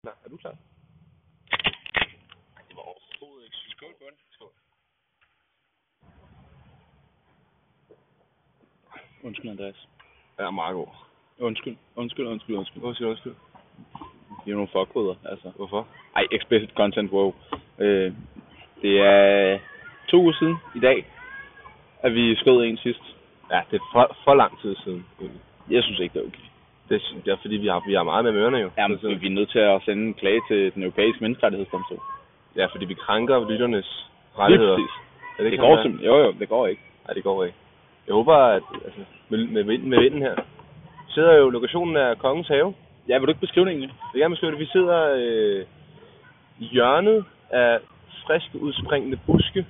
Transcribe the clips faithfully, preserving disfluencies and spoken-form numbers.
Nå, er du klar? Det var overhovedet ikke skål på den. Skål. Undskyld, Andreas. Ja, meget god. Undskyld, undskyld, undskyld, undskyld. Undskyld, undskyld. Det er nogle fuckhoveder, altså. Hvorfor? Ej, explicit content, wow. Øh, det er to uger siden i dag, at vi skød en sidst. Ja, det er for, for lang tid siden. Jeg synes ikke, det er okay. Det er, det er fordi, vi har, vi har meget med mørerne jo. Jamen, så vi er nødt til at sende en klage til den europæiske menneskerettighedsdomstol. Ja, fordi vi krænker lytternes rettigheder. Lige præcis. Er det, Det går simpelthen. Jo, jo, det går ikke. Nej, det går ikke. Jeg håber, at altså, med, med, vinden, med vinden her, vi sidder jo lokationen af Kongens Have. Ja, vil du ikke beskrive det egentlig? Jeg vil gerne beskrive det. Vi sidder øh, i hjørnet af frisk udspringende buske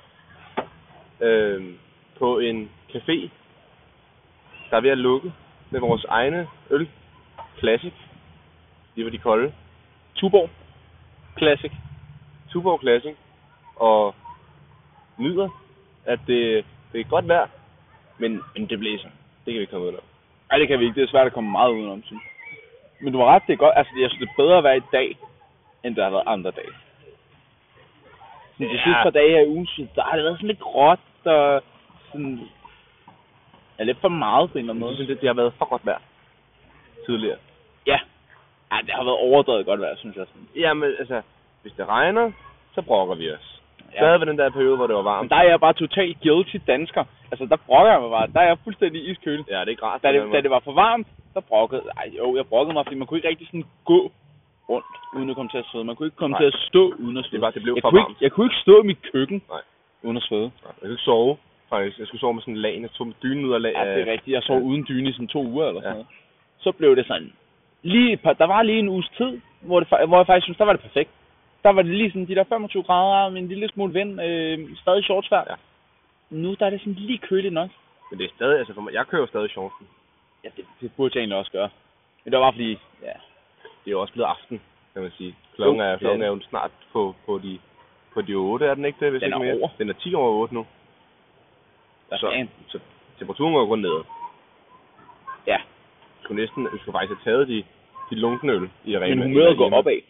øh, på en café, der er ved at lukke med vores egne øl. Classic. Det var de kolde. Tuborg Classic. Tuborg Classic. Og nyder, at det, det er godt vejr, men, men det blæser. Det kan vi ikke komme ud af. Nej, det kan vi ikke. Det er svært at komme meget udenom, synes jeg. Men du har ret, det er godt. Altså, jeg synes, det er bedre at være i dag, end der har været andre dage. De Ja. sidste par dage her i ugen, synes, der har det været sådan lidt gråt, og sådan... Ja, lidt for meget på en eller anden Jeg måde. synes, det, det har været for godt vejr tidligere. Ja. Ja, det har været overdrevet godt vejr, synes jeg. Sådan. Jamen, altså, hvis det regner, så brokker vi os. Ja. Stadig ved den der periode, hvor det var Men varmt. der er jeg bare totalt guilty dansker. Altså, der brokker jeg mig bare. Der er jeg fuldstændig iskølig. Ja, det er ikke rart. Da på den det, måde. da det var for varmt, så brokkede Ej, jo, jeg brokkede mig, fordi man kunne ikke rigtig sådan gå rundt, uden at komme til at svede. Man kunne ikke komme Nej. til at stå uden at Det, svede. var, det blev Jeg for kunne, varmt. ikke, jeg kunne ikke stå i mit køkken, Nej. uden at svede. Nej, jeg kunne ikke sove, faktisk. Jeg skulle sove med sådan en lag. Jeg tog dynen ud af lag. Ja, det er rigtigt. Jeg sov ja. uden dyne i sådan to uger eller sådan Ja. noget. Så blev det sådan... Lige et par, der var lige en uges tid, hvor, det, hvor jeg faktisk synes, der var det perfekt. Der var det lige sådan de der femogtyve grader med en lille smule vind, øh, stadig shortsvær. Ja. Nu der er det sådan lige køligt nok. Men det er stadig, altså for mig, jeg kører jo stadig shortsen. Ja, det, det burde jeg egentlig også gøre. Men det var bare fordi, ja... Det er jo også blevet aften, kan man sige. Klokken Jo, er, det er klokken er det. jo snart på, på, de, på de otte, er den ikke det? Hvis Den ikke er mere? over. Den er ti over otte nu. Der Så, er en, så temperaturen går kun ned. ja, Vi skulle næsten, vi skulle faktisk have taget de, de lunkne øl i Rema. men humøret går opad.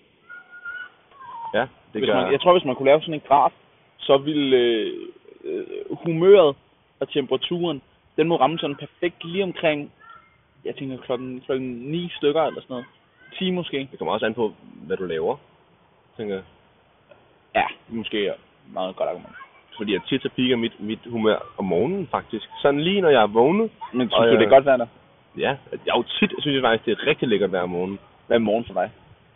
Ja, det Hvis gør... man, jeg tror, hvis man kunne lave sådan en graf, så ville øh, øh, humøret og temperaturen, den må ramme sådan perfekt lige omkring, jeg tænker klokken, klokken ni stykker eller sådan noget. ti måske. Det kommer også an på, hvad du laver, tænker jeg. Ja, måske er meget godt argument. Fordi jeg tit så piker mit, mit humør om morgenen, faktisk. Sådan lige når jeg er vågnet. Men synes Og, du, det er øh, godt vejr der? Ja, jeg er jo tit, synes jeg faktisk, det er rigtig lækkert hver morgen. Hvad er morgen for dig?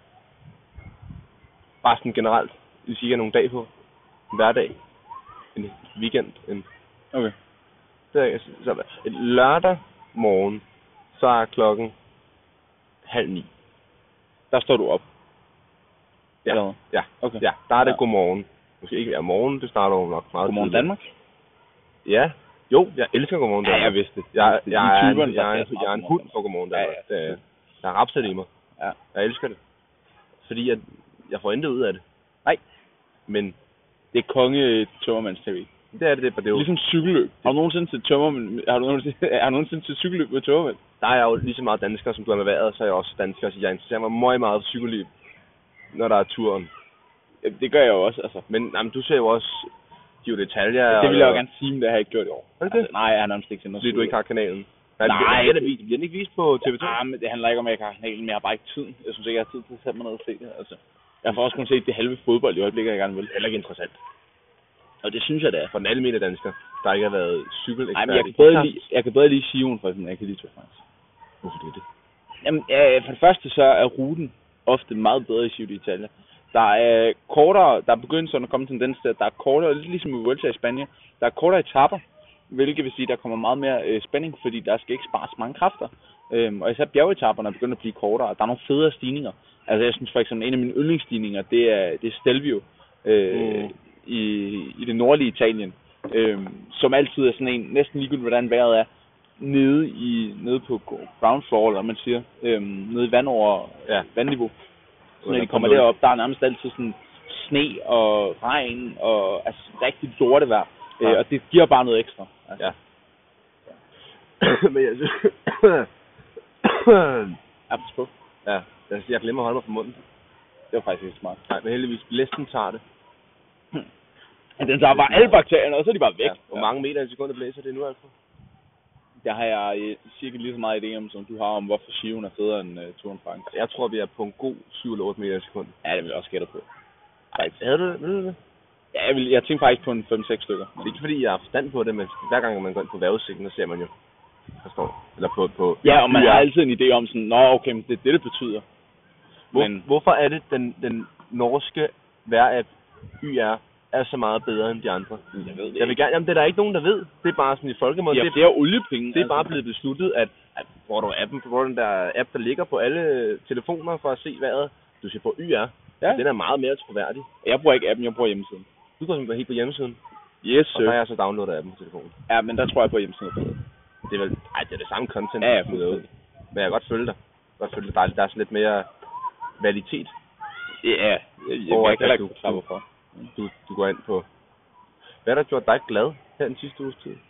Bare sådan generelt. Hvis ikke er nogle dage på. En hverdag. En weekend. En Okay. Det er, så, et lørdag morgen, så er klokken halv ni. Der står du op. Ja, Eller hvad? ja, Okay. ja, der er det Ja. godmorgen. Måske ikke hver morgen, det starter jo nok meget Godmorgen tidligt. Danmark. Ja, jo, jeg elsker godmorgen Ja, Danmark. jeg vidste det. Jeg, I jeg, er, typerne, en, der jeg, er, ser jeg er en meget hund Godmorgen for godmorgen Ja, Danmark. ja. Det er, der er rapsat i mig. Ja. Jeg elsker det. Fordi at jeg får intet ud af det. Nej. Men Det er konge tømmermands T V. det er det, det, det er jo, Ligesom cykelløb. Har du nogensinde set tømmermænd? Har du nogensinde, har du nogensinde set cykelløb med tømmermænd? der er jeg jo lige så meget dansker, som du er med vejret, så er jeg også dansker. Så jeg interesserer mig meget meget for cykelløb, når der er turen. Ja, det gør jeg jo også, altså. Men jamen, du ser jo også Giro d'Italia. Det vil jeg jo gerne sige, men det har jeg ikke gjort i år. Er det det? Altså, nej, jeg har nærmest ikke set noget. Fordi du ikke har kanalen. Nej. Bliver den, vist, bliver den ikke vist på T V to? Ja, men det handler ikke om, at jeg ikke har kanalen, men jeg har bare ikke tid. Jeg synes ikke, jeg har tid til at sætte mig ned og se det, altså. Jeg får også kun set det halve fodbold i øjeblikket, jeg gerne vil. Heller ikke interessant. Og det synes jeg, det er. For den almindelige dansker, der ikke har været cykelekspert. Nej, men jeg kan i bedre podcast. lide, jeg kan bedre lide Sion, for eksempel, jeg kan lide Tour de France. Hvorfor det er det? Jamen, øh, for det første så er ruten ofte meget bedre i Giro d'Italia. Der er kortere, der er begyndt sådan at komme tendens til, at der er kortere, lidt ligesom i Vuelta i Spanien, der er kortere etaper, hvilket vil sige, at der kommer meget mere øh, spænding, fordi der skal ikke spares mange kræfter. Øhm, og især bjergetaperne er begyndt at blive kortere, og der er nogle federe stigninger. Altså jeg synes for eksempel, en af mine yndlingsstigninger, det er, det er Stelvio øh, Mm. i, i det nordlige Italien, øh, som altid er sådan en, næsten ligegyldigt hvordan vejret er, nede, i, nede på ground floor, eller hvad man siger, øh, nede i vand over Ja. vandniveau. Så når Under de kommer nul. derop, der er nærmest altid sådan sne og regn og altså rigtig lortevejr. Ja. Øh, og det giver bare noget ekstra. Altså. Ja. Men jeg synes... Ja, pas på. ja, jeg, jeg glemmer at holde mig for munden. Det var faktisk ikke smart. Nej, men heldigvis, blæsten tager det. Den tager bare alle bakterierne, og så er de bare væk. Ja. Hvor mange meter i sekundet blæser det nu, altså? Der har jeg øh, cirka lige så meget idé om, som du har om, hvorfor Skiven er federe end uh, Tour de France. Jeg tror, vi er på en god syv eller otte meter i sekundet. Ja, det vil jeg også gætte på. Faktisk. Havde du det? Ved du det? Ja, jeg, vil, jeg tænkte faktisk på en fem seks stykker. Det er ikke fordi, jeg har forstand på det, men hver gang man går ind på vejrudsigten, så ser man jo, forstår eller på, på Ja, og man Y R. har altid en idé om sådan, nå okay, men det er det, det betyder. Hvor, Men hvorfor er det, den, den norske vejrapp Y R er så meget bedre end de andre? jeg ved det Jeg vil gerne, jamen det er der ikke nogen, der ved. Det er bare sådan i folkemål. ja, det, det er oliepenge. det er bare blevet besluttet, at, at hvor du appen, hvor den der app, der ligger på alle telefoner for at se vejret, du ser på Y R, Ja. den er meget mere troværdig. Jeg bruger ikke appen, jeg bruger hjemmesiden. Du går simpelthen helt på hjemmesiden, Yes, og så har sir. jeg så downloadet appen på telefonen. Ja, men der tror jeg på hjemmesiden. Det er vel, ej, det er det samme content. Ja, ja, der er fuldstændig. men jeg kan godt følge dig. Godt følge dig. Der er, der er sådan lidt mere kvalitet. Ja, jeg, jeg, jeg, Hvor jeg at kan heller du- ikke forklare hvorfor. Du, du går ind på. Hvad har der gjort dig glad her den sidste uges tid?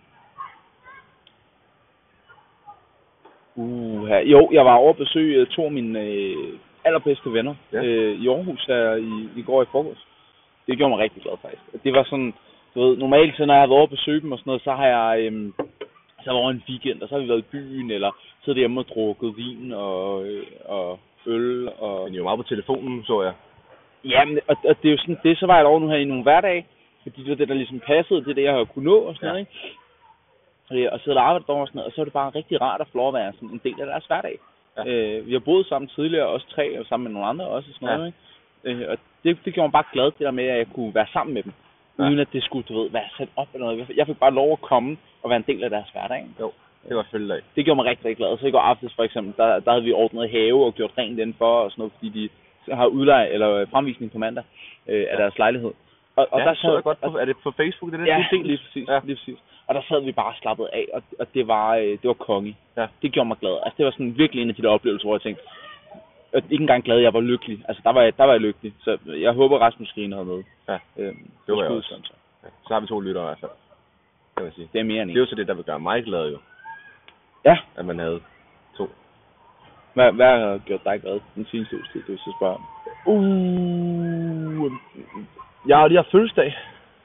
Uh, jo, jeg var over at besøge to af mine øh, allerbedste venner Ja. øh, i Aarhus her i, i går i forgårs. Det gjorde mig rigtig glad faktisk. Det var sådan, du ved, normalt så når jeg har været over at besøge dem og sådan noget, så har jeg øhm, så har jeg over en weekend, og så har vi været i byen, eller siddet hjemme og drukket vin og, øh, og øl. Og... Men I er jo meget på telefonen, så jeg. Ja, men, og, og det er jo sådan, det så var jeg over nu her i nogle hverdage, fordi det var det, der ligesom passede, det er det, jeg har kunne nå og sådan Ja. noget, ikke? Øh, og sidde og arbejde derovre og sådan noget, og så er det bare rigtig rart at få lov at være sådan en del af deres hverdag. Ja. Øh, vi har boet sammen tidligere, også tre, og sammen med nogle andre også og sådan Ja. noget, ikke? Øh, og det, det gjorde mig bare glad, det der med, at jeg kunne være sammen med dem, Ja. uden at det skulle, du ved, være sat op eller noget. Jeg fik bare lov at komme og være en del af deres hverdag. Ikke? Jo, det var følge af. Det gjorde mig rigtig, rigtig glad. Så i går aftes for eksempel, der, der havde vi ordnet have og gjort rent indenfor og sådan noget, fordi de har udleje eller fremvisning på mandag øh, af Ja. deres lejlighed. Og, og Ja, der det så jeg godt på. Er det på Facebook, det er det? Ja, det er delt? lige præcis, Ja. lige præcis. Og der sad vi bare slappet af, og, og det var øh, det var konge. Ja. Det gjorde mig glad. Altså det var sådan virkelig en af de der oplevelser, hvor jeg tænkte, og ikke engang glad, jeg var lykkelig. Altså der var jeg, der var jeg lykkelig. Så jeg håber Rasmus Green havde med. Ja, Øhm, det var jeg skud, også. sådan så. Ja. Så har vi to lyttere i hvert fald. Kan man sige. Det er mere end Det er en. jo så det, der vil gøre mig glad jo. Ja, At man havde to. hvad, hvad har gjort dig glad den seneste uges tid, du så spørger om? Uh, jeg har lige haft fødselsdag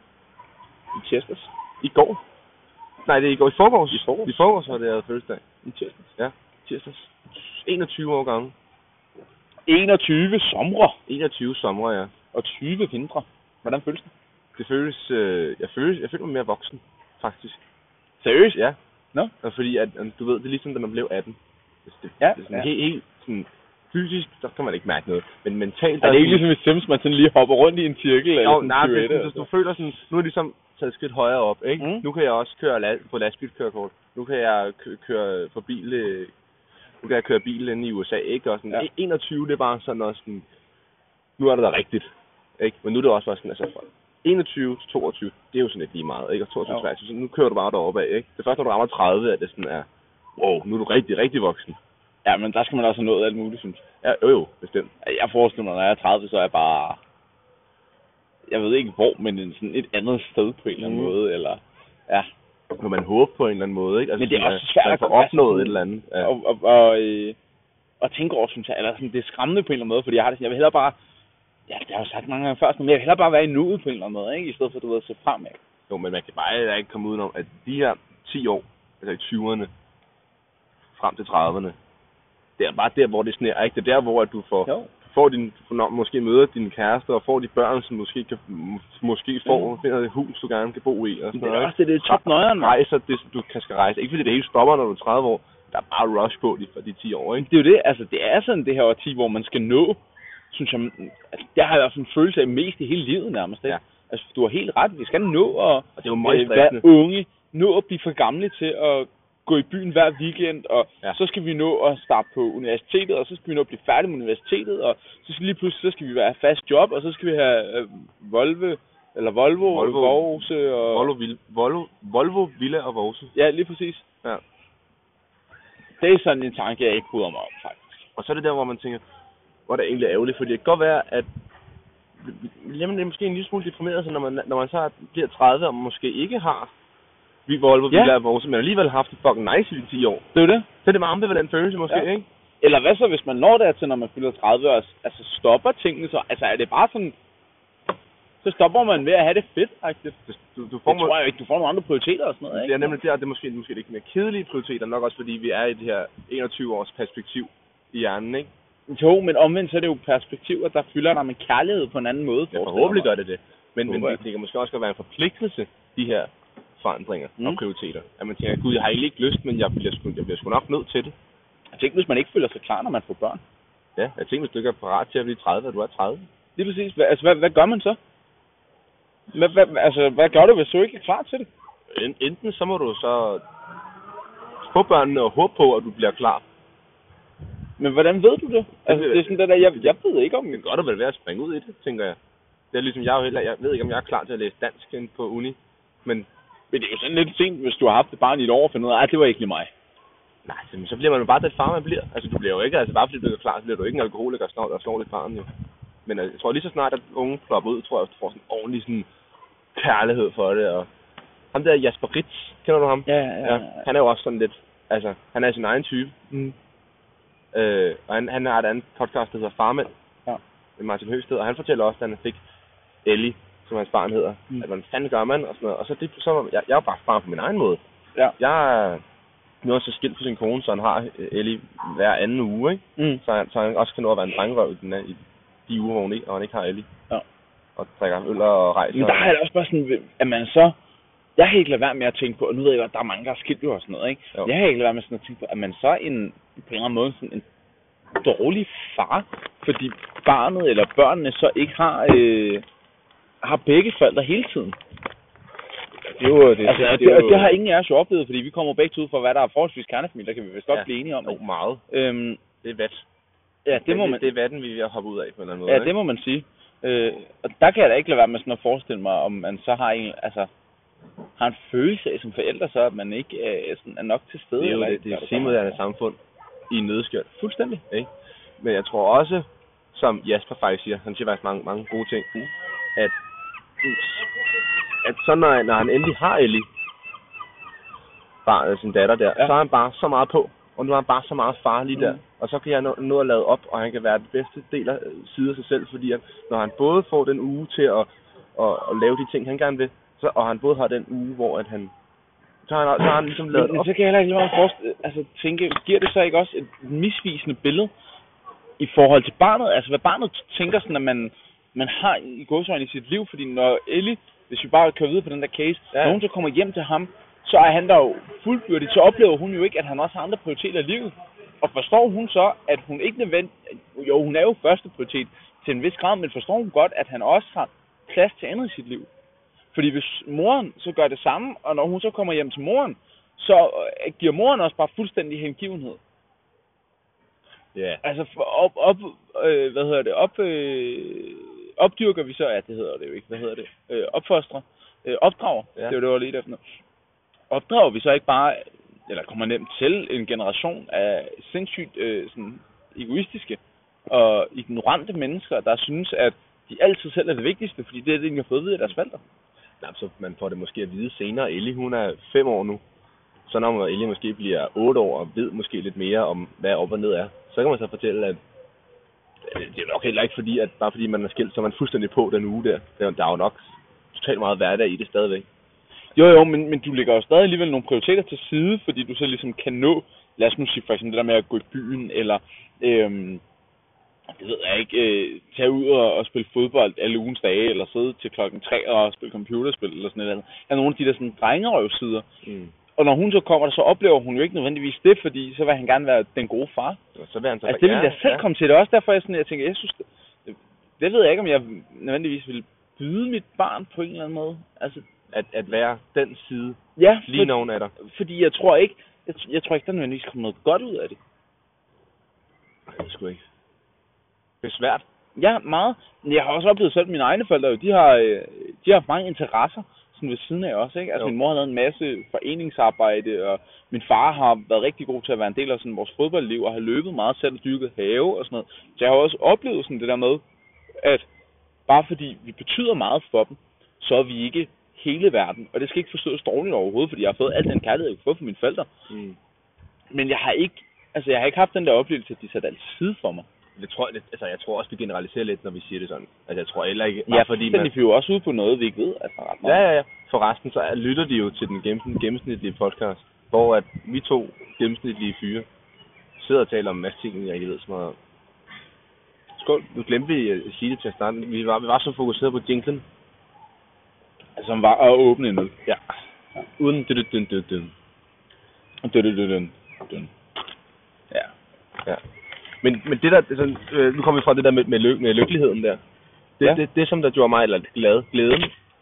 I tirsdags? i går. Nej, det er i går i forgårs. I forgårs? I forgårs var det, jeg havde fødselsdag. I tirsdags? Ja, tirsdags. enogtyve år gammel. enogtyve somre enogtyve sommer, ja. og tyve vintre. Hvordan føles det? Det føles, øh, jeg føles, jeg føler mig mere voksen, faktisk. Seriøst? Ja. Nå? Og fordi, at, at, du ved, det er ligesom, da man blev atten. Det, det, Ja, det er sådan ja. helt, helt sådan, fysisk, der kan man ikke mærke noget. Men mentalt, Er det ikke sådan- ligesom i Sims, man sådan lige hopper rundt i en cirkel? Eller Jo, sådan nej, det, pirouette, er sådan, altså? du føler sådan, nu er det ligesom taget et skridt højere op, ikke? Mm. Nu kan jeg også køre la- på lastbilkørekort. Nu kan jeg kø- køre for bil, øh, nu kan jeg køre bil inde i U S A, ikke? Og sådan, Ja. ja. enogtyve, det er bare sådan også sådan, nu er det da rigtigt, ikke? Men nu er det også bare sådan, altså, fra enogtyve til toogtyve, det er jo sådan lidt lige meget, ikke? Og toogtyve Jo. til treogtyve, så nu kører du bare deroppe af, ikke? Det er først, når du rammer tredive, at det sådan er, wow, nu er du rigtig, rigtig voksen. Ja, men der skal man også have nået alt muligt, synes jeg. Ja, jo jo, bestemt. Jeg forestiller mig, når jeg er tredive, så er jeg bare... Jeg ved ikke hvor, men en, sådan et andet sted på en eller anden Mm. måde, eller... Ja. Må man håbe på en eller anden måde, ikke? Altså, Men det er sådan, også at svært man at får komme- opnået altså, et eller andet. Ja. Og, og, og, øh, og tænke over, synes jeg, eller sådan, det er skræmmende på en eller anden måde, fordi jeg har det sådan, jeg vil hellere bare... Ja, det har jeg jo sagt mange gange før, men jeg vil hellere bare være i nuet på en eller anden måde, ikke? I stedet for, du ved, at se fremad. Jo, men man kan bare ikke komme udenom, at de her ti år, altså i tyverne, frem til trediverne, det er bare der, hvor det sneer, ikke? Det er der, hvor at du får, Jo. får din, når, måske møder din kæreste, og får de børn, som måske kan, m- måske får, Mm. finder et hus, du gerne kan bo i, og sådan Det er noget, også det, det er top nøjeren, mand. rejser det, du kan skal rejse. Ikke fordi det hele stopper, når du er tredive år. Der er bare rush på de, for de ti år, ikke? Det er jo det, altså det er sådan det her årti, hvor man skal nå, synes jeg, altså, det har jeg i hvert fald en følelse af mest i hele livet nærmest, ikke? Ja. Altså du har helt ret, vi skal nå at Og det er jo meget øh, være stressende. unge, nå at blive for gamle til at gå i byen hver weekend, og Ja. så skal vi nå at starte på universitetet, og så skal vi nå at blive færdige med universitetet, og så skal lige pludselig, så skal vi være fast job, og så skal vi have øh, Volvo, eller Volvo, Volvo. Vorse, og... Volvo, Vil- Volvo, Volvo, Villa og Vorse. Ja, lige præcis. Ja. Det er sådan en tanke, jeg ikke bryder mig om, faktisk. Og så er det der, hvor man tænker, hvor det er egentlig ærgerligt, fordi det kan godt være, at jamen, det er måske en lille smule deprimeret, så når man, når man så bliver tredive, og man måske ikke har vi Volvo, Ja. Villa og Vorse, men alligevel har haft det fucking nice i de ti år. Det er jo det. Så er det meget ambivalent følelse måske, Ja. ikke? Eller hvad så, hvis man når dertil, når man fylder tredive år, altså stopper tingene så? Altså er det bare sådan, så stopper man ved at have det fedt, faktisk. Du, du får det tror jeg ikke, du får nogle andre prioriteter og sådan noget, ikke? Det er nemlig der, det er måske, måske lidt mere kedelige prioriteter, nok også fordi vi er i det her enogtyve års perspektiv i hjernen, ikke? Jo, men omvendt så er det jo perspektiver, der fylder dig med kærlighed på en anden måde. Ja, forhåbentlig gør det det. Men, men det, det kan måske også godt være en forpligtelse, de her forandringer mm. og prioriteter. At man tænker, gud, jeg har egentlig ikke lyst, men jeg bliver sgu, jeg bliver sgu nok nødt til det. Jeg tænker, hvis man ikke føler sig klar, når man får børn. Ja, jeg tænker, hvis du ikke er parat til at blive tredive, og du er tredive. Det er præcis. Hva, altså, hvad, hvad gør man så? Hvad, hvad, altså, hvad gør du, hvis du ikke er klar til det? Enten så må du så få børnene og håbe på, at du bliver klar. Men hvordan ved du det? Altså, det, det er sådan det der, jeg, jeg ved ikke om... Det er godt at vel være at springe ud i det, tænker jeg. Det er ligesom, jeg, er jo heller, jeg ved ikke, om jeg er klar til at læse dansk ind på uni, men... Men det er jo sådan lidt sent, hvis du har haft det barn i et år og fundet ud af, at det var ikke lige mig. Nej, så bliver man jo bare den far, man bliver. Altså, du bliver jo ikke, altså bare fordi du er klar, så bliver du ikke en alkoholiker, der slår, der slår lidt barn, jo. Men altså, jeg tror lige så snart, at unge flopper ud, tror jeg, at du får sådan en ordentlig sådan kærlighed for det, og... Ham der Jasper Ritz, kender du ham? Ja, ja, ja. ja. Han er jo også sådan lidt, altså, han er sin egen type. Mm. Øh, og han, han har et andet podcast, der hedder Farmand, ja. med Martin Høgsted, og han fortæller også, at han fik Ellie, som hans barn hedder, mm. at man fanden gør man, og sådan noget. Og så det, så, jeg, jeg er jo bare far på min egen måde. Ja. Jeg er nu også skilt for sin kone, så han har Ellie hver anden uge, ikke? Mm. Så, han, så han også kan nå at være en drengerøv i, den, i de uger, hvor hun ikke, og han ikke har Ellie. Ja. Og drikker øl og rejser. Men der er det også bare sådan, at man så... Jeg har ikke lade være med at tænke på, og nu ved jeg godt, at der er mange, der er skilt jo og sådan noget, ikke? Jo. Jeg har ikke lade være med sådan at tænke på, at man så er en, på en eller anden måde sådan en dårlig far, fordi barnet eller børnene så ikke har, øh, har begge forældre hele tiden. Jo, det, altså, det, det, det, det har ingen af os jo oplevet, fordi vi kommer begge ud fra, hvad der er forholdsvis kernefamilie, der kan vi vist godt ja, blive enige om. Jo, meget. Øhm, det er vat. Ja, det, må man, det er vatten, vi er ved at hoppe ud af på en eller anden måde. Ja, ikke? det må man sige. Øh, og der kan jeg da ikke lade være med sådan at forestille mig, om man så har en, altså, har en følelse af som forældre, så at man ikke øh, sådan er nok til stede. Det er jo eller det, det er semoderne samfund i en nødskjold. Fuldstændig. Ikke? Men jeg tror også, som Jasper faktisk siger, han siger faktisk mange, mange gode ting, at, at så når, når han endelig har Ellie, barnet, sin datter der, ja. Så er han bare så meget på, og nu er han bare så meget far lige der, mm. og så kan jeg nå, nå at lade op, og han kan være den bedste del af side af sig selv, fordi han, når han både får den uge til at, at, at lave de ting, han gerne vil, så, og han både har den uge, hvor at han, så har han, så har han ligesom lavet men, op. Så kan jeg heller ikke lade mig forestille, altså tænke, giver det så ikke også et misvisende billede i forhold til barnet, altså hvad barnet tænker sådan, at man, man har i gåseøjne i sit liv, fordi når Ellie, hvis vi bare kører videre på den der case, ja. Når hun så kommer hjem til ham, så er han der jo fuldbyrdigt, så oplever hun jo ikke, at han også har andre prioriteter i livet. Og forstår hun så, at hun ikke nødvendigt, jo hun er jo første prioritet til en vis grad, men forstår hun godt, at han også har plads til andet i sit liv. Fordi hvis moren så gør det samme, og når hun så kommer hjem til moren, så giver moren også bare fuldstændig hengivenhed. Ja. Yeah. Altså op, op øh, hvad hedder det, op, øh, opdyrker vi så, ja det hedder det jo ikke, hvad hedder det, øh, opfostre, øh, opdrager, yeah. Det var det var lige efter noget. Opdrager vi så ikke bare, eller kommer nemt til en generation af sindssygt øh, sådan egoistiske og ignorante mennesker, der synes, at de altid selv er det vigtigste, fordi det er det, de har fået ved af deres forældre. Nej, så man får det måske at vide senere. Ellie, hun er fem år nu. Så når Ellie måske bliver otte år og ved måske lidt mere om, hvad op og ned er, så kan man så fortælle, at det er nok heller ikke fordi, at bare fordi man er skilt, så er man fuldstændig på den uge der. Der er jo nok totalt meget hverdag i det stadigvæk. Jo jo, men, men du lægger jo stadig alligevel nogle prioriteter til side, fordi du så ligesom kan nå, lad os nu sige for eksempel det der med at gå i byen, eller øhm, det ved jeg ikke, øh, tage ud og, og spille fodbold alle ugens dage, eller sidde til klokken tre og spille computerspil, eller sådan noget. Der er nogle af de der sådan drengerøvsider. Mm. Og når hun så kommer, så oplever hun jo ikke nødvendigvis det, fordi så vil han gerne være den gode far. Ja, så vil han så altså det vil jeg selv ja. komme til. Det er også derfor, jeg, sådan, jeg tænker, jeg synes, det, det ved jeg ikke, om jeg nødvendigvis vil byde mit barn på en eller anden måde. Altså, At, at være den side, ja, lige nogen af dig. Fordi jeg tror ikke, jeg, jeg tror ikke, der nødvendigvis kommer noget godt ud af det. Nej, det er sgu ikke. Det er svært. Ja, meget. Men jeg har også oplevet selv, at mine egne forældre, de har, de har haft mange interesser, sådan ved siden af også, ikke? Altså jo. Min mor har lavet en masse foreningsarbejde, og min far har været rigtig god til at være en del af sådan vores fodboldliv, og har løbet meget selv, dyrket have og sådan noget. Så jeg har også oplevet sådan det der med, at bare fordi vi betyder meget for dem, så er vi ikke hele verden. Og det skal ikke forstås dårligt overhovedet, fordi jeg har fået al den kærlighed, jeg har fået fra mine forældre. Mm. Men jeg har ikke, altså jeg har ikke haft den der oplevelse, at de satte altid for mig. Det tror jeg, altså jeg tror også, vi generaliserer lidt, når vi siger det sådan. Altså jeg tror heller ikke, Ja, fordi man... vi er jo også ude på noget, vi ikke ved. Altså, ret meget. Ja, ja, ja. Forresten, så lytter de jo til den gennem, gennemsnitlige podcast, hvor at vi to gennemsnitlige fyre sidder og taler om en masse ting, jeg ikke ved så meget om. Skål. Nu glemte vi at sige det til at starte. Vi var, vi var så fokuseret på jinglen. Altså, som var at åbne en øl. Ja. ja. Uden død, død, død, død. Død, død, død, død. Ja. Ja. Men, men det der, altså, øh, nu kommer vi fra det der med, med, lyk, med lykkeligheden der. Det, ja. det, det, som der gjorde mig eller glad, glæden.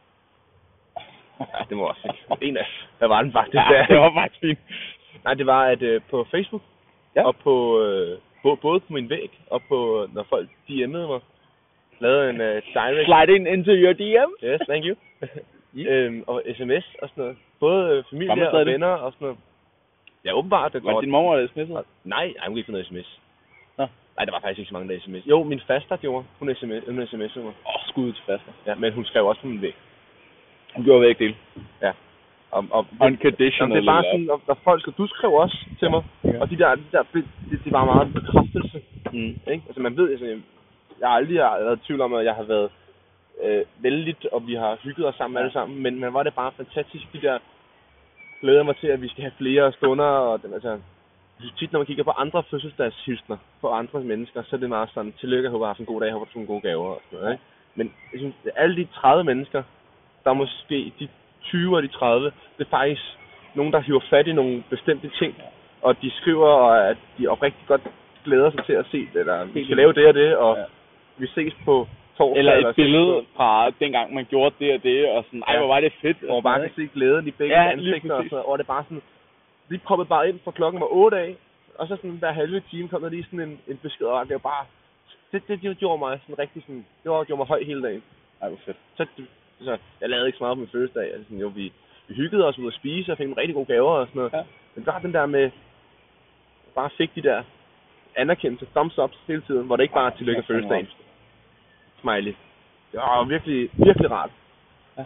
Ja, det var også en af, hvad var den faktisk? Ja, der? Det var faktisk fint. Nej, det var, at øh, på Facebook, ja. og på, øh, både på min væg, og på, når folk D M'ede mig, lavede en øh, direct... Slide in into your D M? Yes, thank you. yeah. øhm, og sms og sådan noget. Både øh, familie og venner og sådan noget. Ja, åbenbart. Det var går... din mor, der sms'ede? Nej, jeg må ikke få noget sms. Nå. Nej, der var faktisk ikke så mange, der sms. Jo, min faster gjorde. Hun sms, hun sms'ede mig. Åh, oh, skud til faster. Ja, men hun skrev også på min væg. Hun gjorde væk det. Ja. Og, og, Unconditional. Det er bare sådan, og, og folk, og du skrev også til mig. Ja. Og de der, de der det, det var meget bekræftelse. Mm. Ikke? Altså man ved, altså, jeg har aldrig været i tvivl om, at jeg har været øh, vældigt, og vi har hygget os sammen ja. alle sammen. Men, men var det bare fantastisk, de der glæder mig til, at vi skal have flere stunder. Og, altså, tit når man kigger på andre fødselsdagshilsner på andre mennesker, så er det meget sådan, tillykke, jeg håber, jeg har haft en god dag, jeg håber, du har en gode gaver og sådan noget. Ikke? Men jeg synes, alle de tredive mennesker, der er måske de tyve og de tredive, det er faktisk nogen, der hiver fat i nogle bestemte ting, og de skriver, at de oprigtigt godt glæder sig til at se det, eller vi skal lave det og det, og ja. vi ses på torsdag. Eller et eller billede fra dengang, man gjorde det og det, og sådan, ej, ja. hvor var det fedt. Og bare kan se glæden i begge ja, ansigter, og, så, og det er bare sådan, vi proppede bare ind, fra klokken var otte af, og så sådan hver halve time kom der lige sådan en, en besked, og det var bare, det, det, det gjorde mig sådan rigtig sådan, det var, gjorde mig høj hele dagen. Ej, hvor fedt. Så, så jeg lavede ikke så meget på min første dag, altså, jo, vi, vi hyggede os ud at spise, og fik en rigtig gode gaver og sådan noget. Ja. Men bare den der med, bare fik de der anerkendelse, thumbs ups hele tiden, hvor det ikke bare er tillykke første dagen. Smiley. Det var virkelig, virkelig rart. Ja.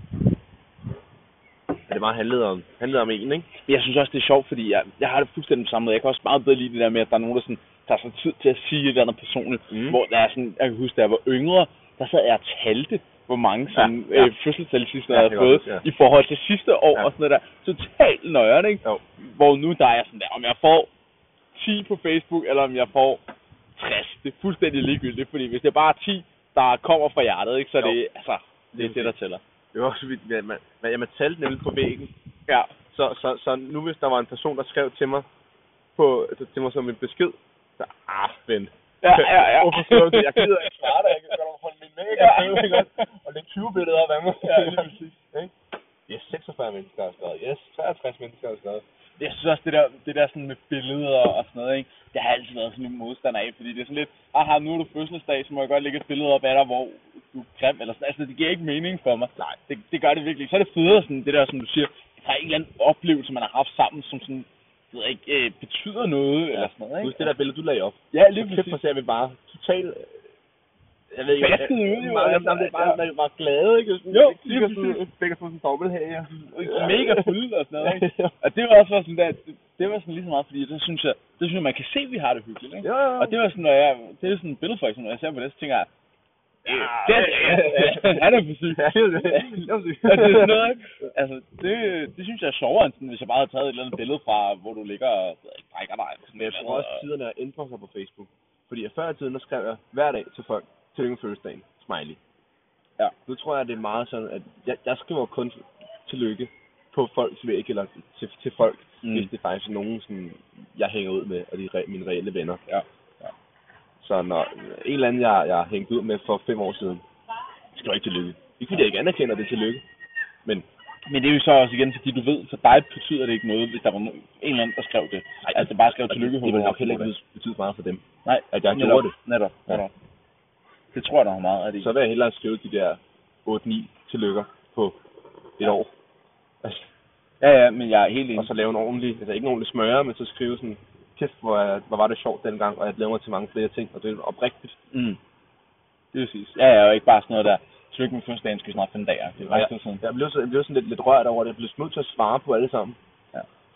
Ja, det bare handlede om, handlede om en, ikke? Jeg synes også, det er sjovt, fordi jeg, jeg har det fuldstændig på samme måde. Jeg kan også meget bedre lide det der med, at der er nogen, der sådan, tager sig tid til at sige et eller andet personligt. Mm. Hvor der er sådan, jeg kan huske, da jeg var yngre, der sad jeg og talte, hvor mange sådan, ja, ja. øh, fødselsdagssidster ja, jeg havde fået ja. i forhold til sidste år ja. og sådan noget der. Totalt nøjeren, ikke? Jo. Hvor nu der er jeg sådan der, om jeg får ti på Facebook, eller om jeg får tres. Det er fuldstændig ligegyldigt, fordi hvis det er bare ti, der kommer fra hjertet, ikke, så jo. det, altså, det er det, der tæller. Det var også vildt, at man, man, man talte nemlig på væggen. Ja. Så, så, så nu hvis der var en person, der skrev til mig, på, til mig som en besked, så ah, vent. Ja, ja, ja. Hvorfor skriver du det? Jeg gider ikke svare dig, jeg kan godt holde min væg og skrive, ikke også? Og det er tyve billeder af mig. Ja, lige præcis. Ikke? Yes, seksogfyrre mennesker har skrevet. Yes, treogtres mennesker har skrevet. Jeg synes også, det der, det der sådan med billeder og sådan noget, ikke? Det har altid været sådan en modstander af, fordi det er sådan lidt, aha, nu er du fødselsdag, så må jeg godt lægge et billede op af dig, hvor du er grim, eller sådan. Altså, det giver ikke mening for mig. Nej. Det, det gør det virkelig ikke. Så er det federe sådan, det der, som du siger, det er en eller anden oplevelse, man har haft sammen, som sådan, det ved ikke, øh, betyder noget, ja. eller sådan noget, ikke? Husk det der billede, du lagde op. Ja, lige præcis. Kæft, så er vi bare totalt... Jeg ved ikke, basket ud, jo. Meget, altså, det er bare, man er bare glade, ikke? Sådan, jo, lige præcis. Begge sådan en dobbelthage. Mega fulde og sådan noget, ikke? Og det var også sådan der, det, det var sådan lige så meget, fordi det synes jeg, det synes jeg, man kan se, at vi har det hyggeligt, ikke? Ja, ja, ja. Og det var sådan, når jeg, det er sådan et billede for eksempel, når jeg ser på det, så tænker jeg, ja, det er det, han er for syg. Ja, det er det. Det er syg. Og det er sådan noget, ikke? Altså, det, det synes jeg er sjovere, end sådan, hvis jeg bare havde taget et eller andet billede fra, hvor du ligger og brækker dig. Men jeg tror også, at tiderne er ændret sig på Facebook. Fordi før i tiden, der skrev jeg hver dag til folk, tillykke med fødselsdagen, smiley. Ja. Nu tror jeg, det er meget sådan, at jeg, jeg skriver kun tillykke på folks væg, eller til, til folk, mm. hvis det faktisk er nogen, sådan, jeg hænger ud med, og de re, mine reelle venner. Ja. Ja. Så når en eller anden, jeg, jeg hængte ud med for fem år siden, skriver ikke tillykke. Ikke fordi jeg ikke anerkender det tillykke, men... Men det er jo så også igen, fordi du ved, for dig betyder det ikke noget, hvis der var en eller anden, der skrev det. Ej, altså bare skrev tillykke. Det, det vil nok heller ikke betyde meget for dem. Nej, at jeg gjorde det. Netop, netop. Ja. Det tror jeg, der er meget af det. Så vil jeg hellere skrive de der otte ni tillykker på et ja. år. Altså, ja, ja, men jeg er helt enig. Og så lave en ordentlig, altså ikke en ordentlig smøre, men så skrive sådan, kæft, hvor, jeg, hvor var det sjovt dengang, og jeg glæder mig til mange flere ting, og det er oprigtigt. Mm. Det vil sige. Ja, ja, og ikke bare sådan noget der, tillykke med første dagen, skal vi snart finde dager. Det var ja, sådan. Jeg blev, så, jeg blev sådan lidt, lidt rørt over det, jeg blev nødt til at svare på alle sammen. Ja.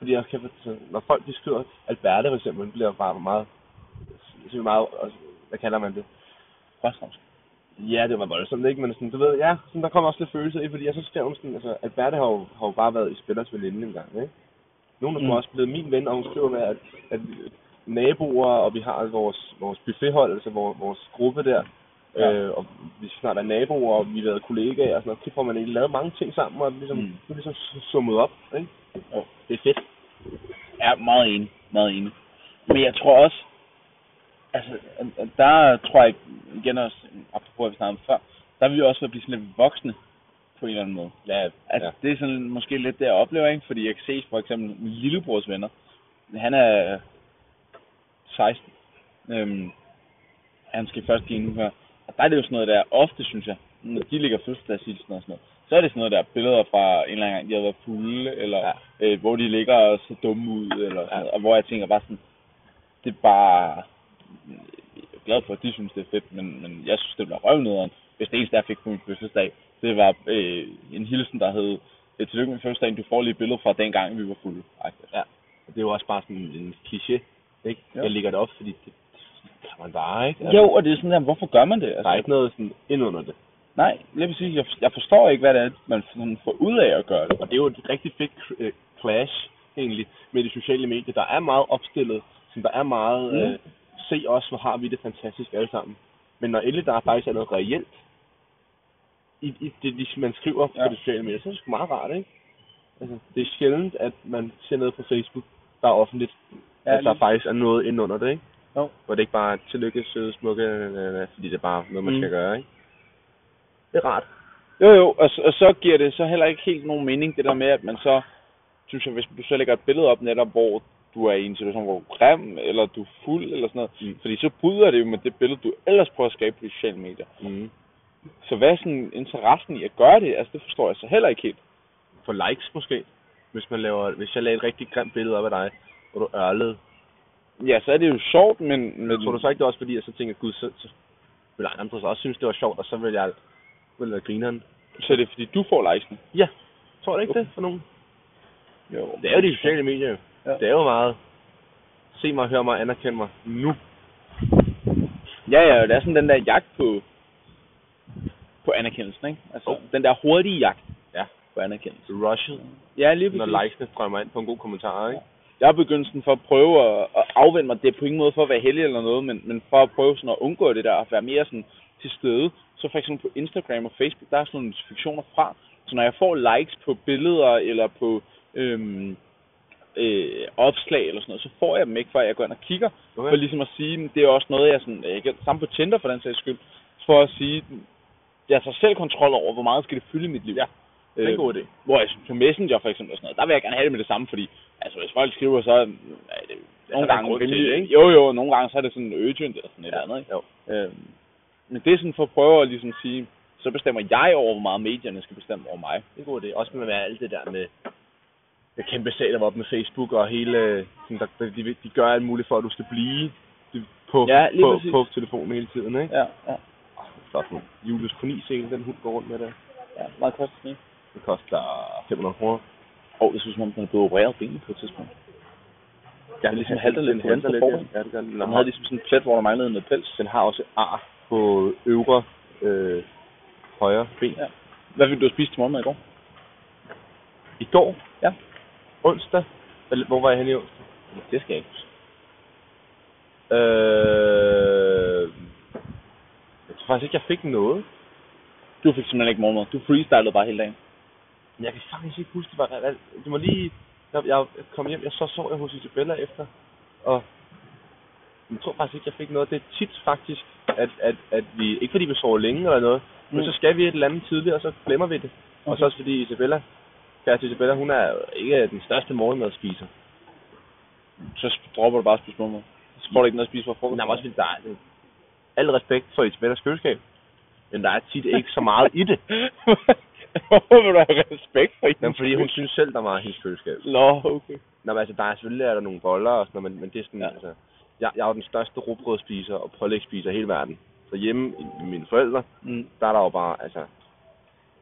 Fordi jeg kan, altså, når folk de skriver, Alberte for eksempel, det bliver bare meget, det er meget, altså, hvad kalder man det? Røstramsk. Ja, det var voldsomt, ikke? Men sådan, du ved, ja, sådan, der kommer også lidt følelse i, fordi jeg så skrev hun sådan, altså, Alberte har jo, har jo bare været i spillers veninde en gang, ikke? Nogen er mm. også blevet min ven, og hun skriver med, at, at naboer, og vi har vores, vores buffethold, altså vores, vores gruppe der, ja. øh, og vi snart er naboer, og vi har været kollegaer, og sådan noget, så får man egentlig lavet mange ting sammen, og ligesom, mm. nu ligesom summet op, ikke? Og det er fedt. Ja, meget enig, meget enig. Men jeg tror også, altså, der tror jeg igen også, apropos at vi snakkede før, der vil vi også være blive sådan lidt voksne på en eller anden måde. Ja, altså, ja. det er sådan måske lidt det, jeg oplever, ikke? Fordi jeg kan se for eksempel min lillebrors venner, han er seksten, øhm, han skal først give nu her, og der er det jo sådan noget der, ofte synes jeg, når de ligger fødselsdagshilsen og sådan noget, så er det sådan noget der, billeder fra en eller anden gang, de har været fulde, eller ja. øh, hvor de ligger og ser dumme ud, eller sådan ja. noget, og hvor jeg tænker bare sådan, det er bare, jeg er glad for, at de synes, det er fedt, men, men jeg synes, det bliver røvnederen, hvis det eneste, jeg fik på min fødselsdag, det var øh, en hilsen, der hed, tillykke med fødselsdagen, du får lige et billede fra dengang, vi var fulde. Ja, og det er jo også bare sådan en kliché, ikke? Ja. Jeg lægger det op, fordi det, det kan man bare, ikke? Altså, jo, og det er sådan der, hvorfor gør man det? Altså, der er ikke noget sådan ind under det. Nej, lige præcis. Jeg, jeg forstår ikke, hvad det er, man sådan får ud af at gøre det. Og det er jo et rigtig fedt uh, clash, egentlig, med de sociale medier. Der er meget opstillet, som der er meget, mm. øh, se os, hvor har vi det fantastisk alle sammen. Men når endelig der er faktisk er noget reelt, i, i det, man skriver ja. på de sociale medier, så er det sgu meget rart, ikke? Altså, det er sjældent, at man ser noget på Facebook, der er offentligt, ja, at der faktisk er noget ind under det, ikke? Jo. Hvor det ikke bare er tillykke, søde, smukke, øh, fordi det er bare noget, man mm. skal gøre, ikke? Det er rart. Jo, jo, og, og så giver det så heller ikke helt nogen mening, det der med, at man så, synes jeg, hvis du så lægger et billede op netop, hvor du er i en situation, hvor du er grim, eller du er fuld, eller sådan noget, mm. fordi så bryder det jo med det billede, du ellers prøver at skabe på de sociale medier. Mm. Så hvad er sådan interessen i at gøre det? Altså, det forstår jeg så heller ikke helt. For likes måske. Hvis man laver, hvis jeg laver et rigtig grimt billede op af dig, hvor du ørlede. Ja, så er det jo sjovt, men... men... Tror du så ikke det også, fordi jeg så tænker, gud, så, så vil andre så også synes, det var sjovt, og så vil jeg vil jeg grineren. Så er det fordi, du får likesen? Ja. Tror du ikke det for nogen? Jo. Det er jo de sociale medier jo. Ja. Det er jo meget. Se mig, hør mig, anerkend mig nu. Ja, ja, det er sådan den der jagt på... på anerkendelsen, ikke? Altså, oh. den der hurtige jagt ja. på anerkendelsen. Rushet. Ja, lige præcis. Når likesene strømmer ind på en god kommentar, ikke? Ja. Jeg har begyndt sådan for at prøve at, at afvende mig. Det er på ingen måde for at være heldig eller noget, men, men for at prøve sådan at undgå det der, og være mere sådan til stede. Så for eksempel på Instagram og Facebook, der er sådan nogle notifikationer fra. Så når jeg får likes på billeder, eller på øhm, øh, opslag eller sådan noget, så får jeg dem ikke, før jeg går ind og kigger. Okay. For ligesom at sige, det er også noget, jeg sådan, jeg kan samme på Tinder for den sags skyld, for at sige, jeg tager selv kontrol over, hvor meget skal det fylde i mit liv. Ja, det er en god idé. Hvor jeg på Messenger for eksempel og sådan noget, der vil jeg gerne have det med det samme, fordi altså hvis folk skriver, så er det nogle gange rimelig, ikke? Jo jo, nogle gange så er det sådan urgent eller sådan et ja. andet, ikke? Jo. Øhm, men det er sådan for at prøve at ligesom sige, så bestemmer jeg over, hvor meget medierne skal bestemme over mig. Det er en god idé. Også med alt det der med det kæmpe sag, der var op med Facebook og hele, sådan, der, de, de gør alt muligt for, at du skal blive på, ja, på, på telefonen hele tiden, ikke? Ja, ja. Flot nu. Julius Koni-sele, den hund går rundt med det. Ja, meget koster det? Det koster fem hundrede kroner. Åh, oh, jeg synes, man er blevet opereret benet på et tidspunkt. Ja, det er ligesom halter lidt på venstre foran. Ja, det gør den. Den havde ligesom sådan en plet, hvor der manglede noget pels. Den har også ar på øvre øh, højre ben. Ja. Hvad fik du at spise til morgenmad i går? I går? Ja. Onsdag? Hvor var jeg henne i onsdag? Det skal jeg ikke huske. Øh... Jeg tror faktisk ikke, jeg fik noget. Du fik simpelthen ikke morgenmad. Du freestylede bare hele dagen. Jeg kan faktisk ikke huske, det var alt. Du må lige... Jeg, jeg kom hjem, jeg så sov jeg hos Isabella efter, og jeg tror faktisk ikke, jeg fik noget. Det er tit faktisk, at, at, at vi... Ikke fordi vi sover længe eller noget, mm. men så skal vi et eller andet tidligere, og så glemmer vi det. Okay. Og så også fordi Isabella, kæreste Isabella, hun er ikke den største morgenmadspiser. Så dropper du bare at spise morgenmad. Så får du ikke noget at spise for frokost. Nej, men også fordi der er... Al respekt for Isabellas køleskab, men der er tit ikke så meget i det. Hvorfor vil du have respekt for hende? Fordi hun synes selv, der var hendes køleskab. Nå, okay. Nå, men altså, der er selvfølgelig er der nogle boller og sådan noget, men, men det er sådan, ja. altså... Jeg, jeg er jo den største rugbrødspiser og pålægspiser i hele verden. Så hjemme med mine forældre, mm. der er der jo bare, altså...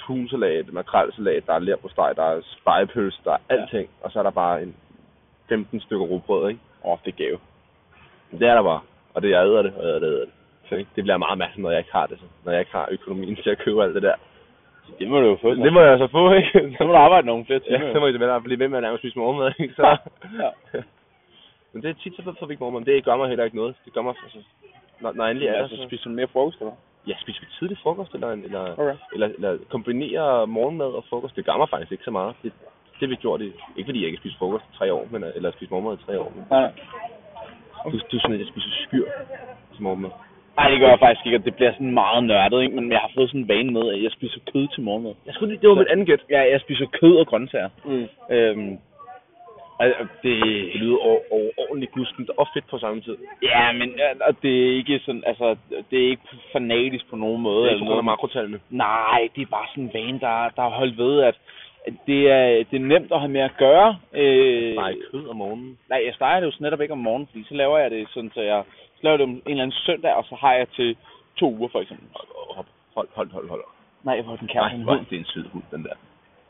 tunsalat, makrelsalat, der er lerpostej, der er spegepølse, der er alting. Og så er der bare en femten stykker rugbrød, ikke? Åh, oh, det er gave. Det er der bare. Og det, jeg æder det, og jeg æder det, æder det. Så, ikke? Det bliver meget mærkeligt, når jeg ikke har det. Så. Når jeg ikke har økonomien til at købe alt det der. Det må du jo få. Det må jeg så få, ikke? Så må du arbejde nogle flere timer. Ja, så må jeg vel blive ved med at nærmest spise morgenmad, ikke? Så. Ja. Men det er tit, så får vi ikke morgenmad. Men det gør mig heller ikke noget. Det gør mig, altså, når, når endelig er ja, der, så... så... spiser du mere frokost, eller? Ja, spiser vi tidlig frokost, eller, eller, okay. eller, eller kombinerer morgenmad og frokost. Det gør mig faktisk ikke så meget. Det, det har vi gjort i, ikke fordi jeg ikke spiser frokost i tre år, men, eller spiser morgenmad i tre år. Men... Nej, nej. Du, du er sådan, at jeg spiser skyr til morgenmad. Nej, det gør jeg faktisk ikke, og det bliver sådan meget nørdet, ikke? Men jeg har fået sådan en vane med, at jeg spiser kød til morgenmad. Jeg skulle lige, det var mit andet gæt. Ja, jeg spiser kød og grøntsager. Mm. Øhm, og det, det lyder overordentligt gudstent og fedt på samme tid. Ja, men ja, og det er ikke sådan, altså, det er ikke fanatisk på nogen måde. Det er ikke på grund af makrotallene. Nej, det er bare sådan en vane, der, der er holdt ved, at det er, det er nemt at have med at gøre. Øh, Nej, kød om morgenen. Nej, jeg steger det jo netop ikke om morgenen, fordi så laver jeg det sådan, så jeg så laver det om en eller anden søndag, og så har jeg til to uger for eksempel. Hold, hold, hold, hold. hold. Nej, hvor den kære hund. Det er en sød hund, den der.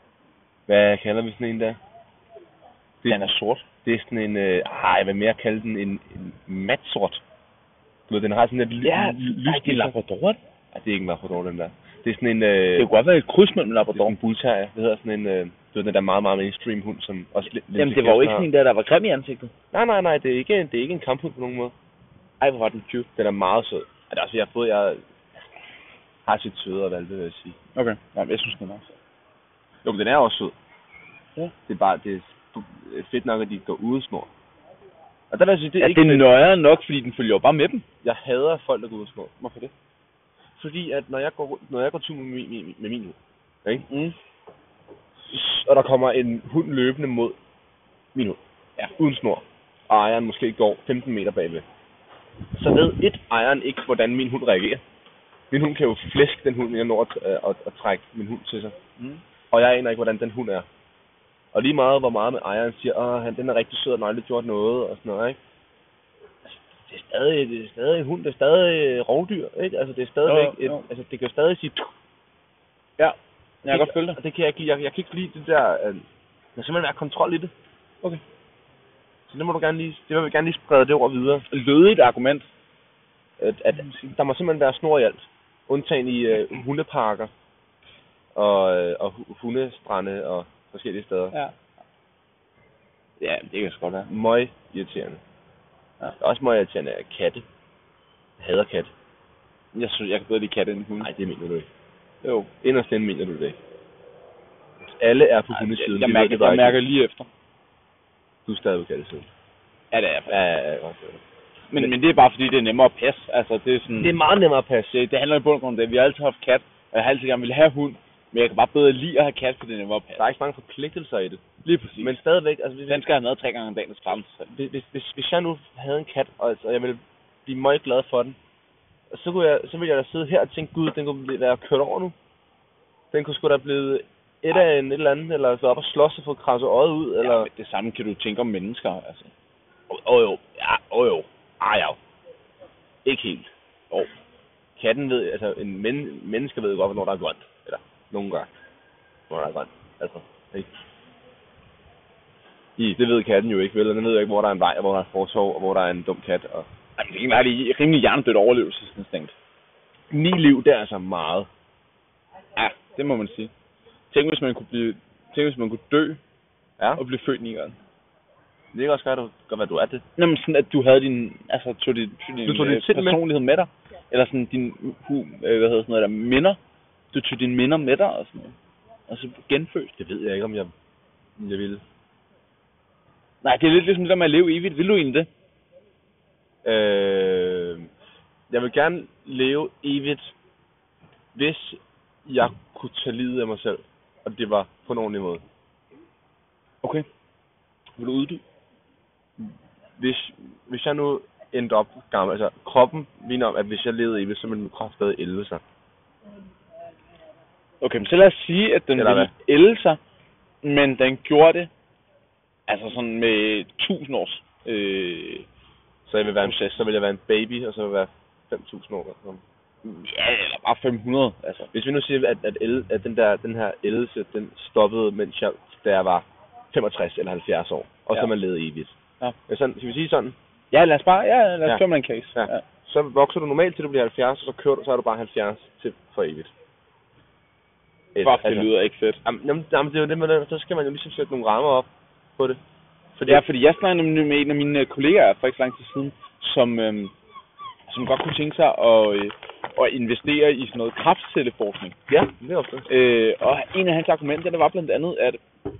Hvad kalder vi sådan en der? Det, den er sort. Det er sådan en, øh, ej, jeg vil mere kalde den en, en matsort. Du ved, den har sådan en ja, lys. Nej, det er Labrador. Nej, det er ikke en Labrador, den der. Det er sådan en... Øh, det kunne godt være et kryds mellem Labrador. Det er en bullterrier. Det hedder sådan en... Øh, du ved, den der meget, meget mainstream hund, som også... Jamen, det var jo ikke sådan en der, der var grim i ansigtet. Nej, nej, nej, det er ikke, det er ikke en kamphund på nogen måde. Ej, hvor var den cute. Den er meget sød. Altså, altså jeg har fået... Jeg har sit søde valpe, vil jeg sige. Okay, nej, jeg synes, den er også. Jo, men den er også sød. Ja. Det er bare... Det er fedt nok, at de går uden snor. Og der vil jeg sige, det er ja, ikke... det er nøjere nok, fordi den følger jo bare med dem. Jeg hader folk, der går uden snor. Hvorfor det? Fordi at når jeg går, når jeg går tur med min, min, med min hund, ikke? Mm. Og der kommer en hund løbende mod min hund, ja. Uden snor, og ejeren måske går femten meter bagved, så ved et ejeren ikke, hvordan min hund reagerer. Min hund kan jo flæske den hund, jeg når at, at, at, at trække min hund til sig. Mm. Og jeg aner ikke, hvordan den hund er. Og lige meget, hvor meget med ejeren siger, åh, han, den er rigtig sød, og den har aldrig gjort noget, og sådan noget, ikke? Altså, det er stadig, det er stadig en hund, det er stadig rovdyr, ikke? Altså, det er stadigvæk, jo, jo. et, altså, det kan jo stadig sige, ja, jeg kan godt følge det. Og det kan jeg ikke lide, jeg, jeg kan ikke lide det der, øh, der skal simpelthen være kontrol i det. Okay. Så det må du gerne lige, det vil jeg gerne lige sprede det over videre. Lødigt argument. At, at der må simpelthen være snor i alt, undtagen i øh, hundeparker, og, øh, og hundestrande, og forskellige steder. Ja. Ja, det kan sgu godt være. Møg irriterende. Ja. Det er også møg irriterende af katte. Jeg hader katte. Jeg synes, jeg kan bedre lide katte end hunde. Nej, det mener du ikke. Jo. Inderst inde mener du det ikke. Alle er på hundesiden. Jeg, jeg, mærker, jeg mærker lige efter. Du er stadig på kattesiden. Ja, det er jeg. Ja, ja, ja. Men, men, men det er bare fordi, det er nemmere at passe. Altså, det er sådan... Det er meget nemmere at passe. Det, det handler i bund og grund om det. Vi har altid haft kat, og jeg har altid gerne ville have hund. Men jeg kan bare bedre lide at have kat, fordi det er nemmere at passe. Der er ikke så mange forpligtelser i det. Lige præcis. Men stadigvæk, altså... Hvis, den skal have noget tre gange om dagen, der hvis, hvis, hvis, hvis jeg nu havde en kat, og, altså, og jeg ville blive meget glad for den, så, kunne jeg, så ville jeg da sidde her og tænke, gud, den kunne være kørt over nu. Den kunne sgu da blive et af en et eller andet, eller gå op og slås og få krasset øjet ud, eller... Ja, det samme kan du tænke om mennesker, altså. Åh oh, jo, ja, åh oh, jo. Ah ja. Ikke helt. Jo. Katten ved, altså en men, menneske ved godt, hvornår der er grønt. Eller nogle gange. Hvornår der er grønt. Altså, ikke? I, det ved katten jo ikke, vel? Den ved jo ikke, hvor der er en vej, og hvor der er fortov, og hvor der er en dum kat. Og... Jamen, det er egentlig rimelig hjernedødt overlevelsesinstinkt. Ni liv, det er altså meget. Ja, det må man sige. Tænk, hvis man kunne blive, tænk, hvis man kunne dø, ja, og blive født ni gange. Det kan også godt, du, godt være, du er det. Nå, men sådan, at du havde din, altså, tog din, din, du tog din personlighed med. med dig. Eller sådan din, hu, øh, hvad hedder sådan noget der, minder. Du tog dine minder med dig og sådan noget. Og så genfødt. Det ved jeg ikke, om jeg, om jeg ville. Nej, det er lidt ligesom det der med at leve evigt. Vil du egentlig det? Øh, jeg vil gerne leve evigt, hvis jeg kunne tage livet af mig selv. Og det var på en ordentlig måde. Okay. Vil du uddybe? Hvis, hvis jeg nu endte op gammel, altså kroppen mener om, at hvis jeg levede evigt, så ville min krop stadig ælde sig. Okay, men så lad os sige, at den ville ælde sig, men den gjorde det, altså sådan med tusind års. Øh, så, jeg vil være en, så vil jeg være en baby, og så vil jeg være fem tusind år. Sådan. Ja, eller bare fem hundrede, altså. Hvis vi nu siger, at, at, el, at den, der, den her ældelse, den stoppede, mens jeg, da jeg var femogtres eller halvfjerds år, og ja. Så man levede evigt. Ja. Men sådan, skal vi sige sådan? Ja, lad os bare, ja, lad os ja. køre med en case. Ja. Ja. Så vokser du normalt til du bliver halvfjerds, og så kører du, så er du bare halvfjerds til for evigt. Fuck, det altså, lyder ikke fedt. Jamen, jamen, det er jo det med det, så skal man jo ligesom sætte nogle rammer op på det. Fordi, ja, fordi jeg snakkede med en af mine kollegaer for ikke så lang tid siden, som, øhm, som godt kunne tænke sig at, øh, at investere i sådan noget kræftcelleforskning. Ja, det er også det. Øh, og en af hans argumenter, det var blandt andet, at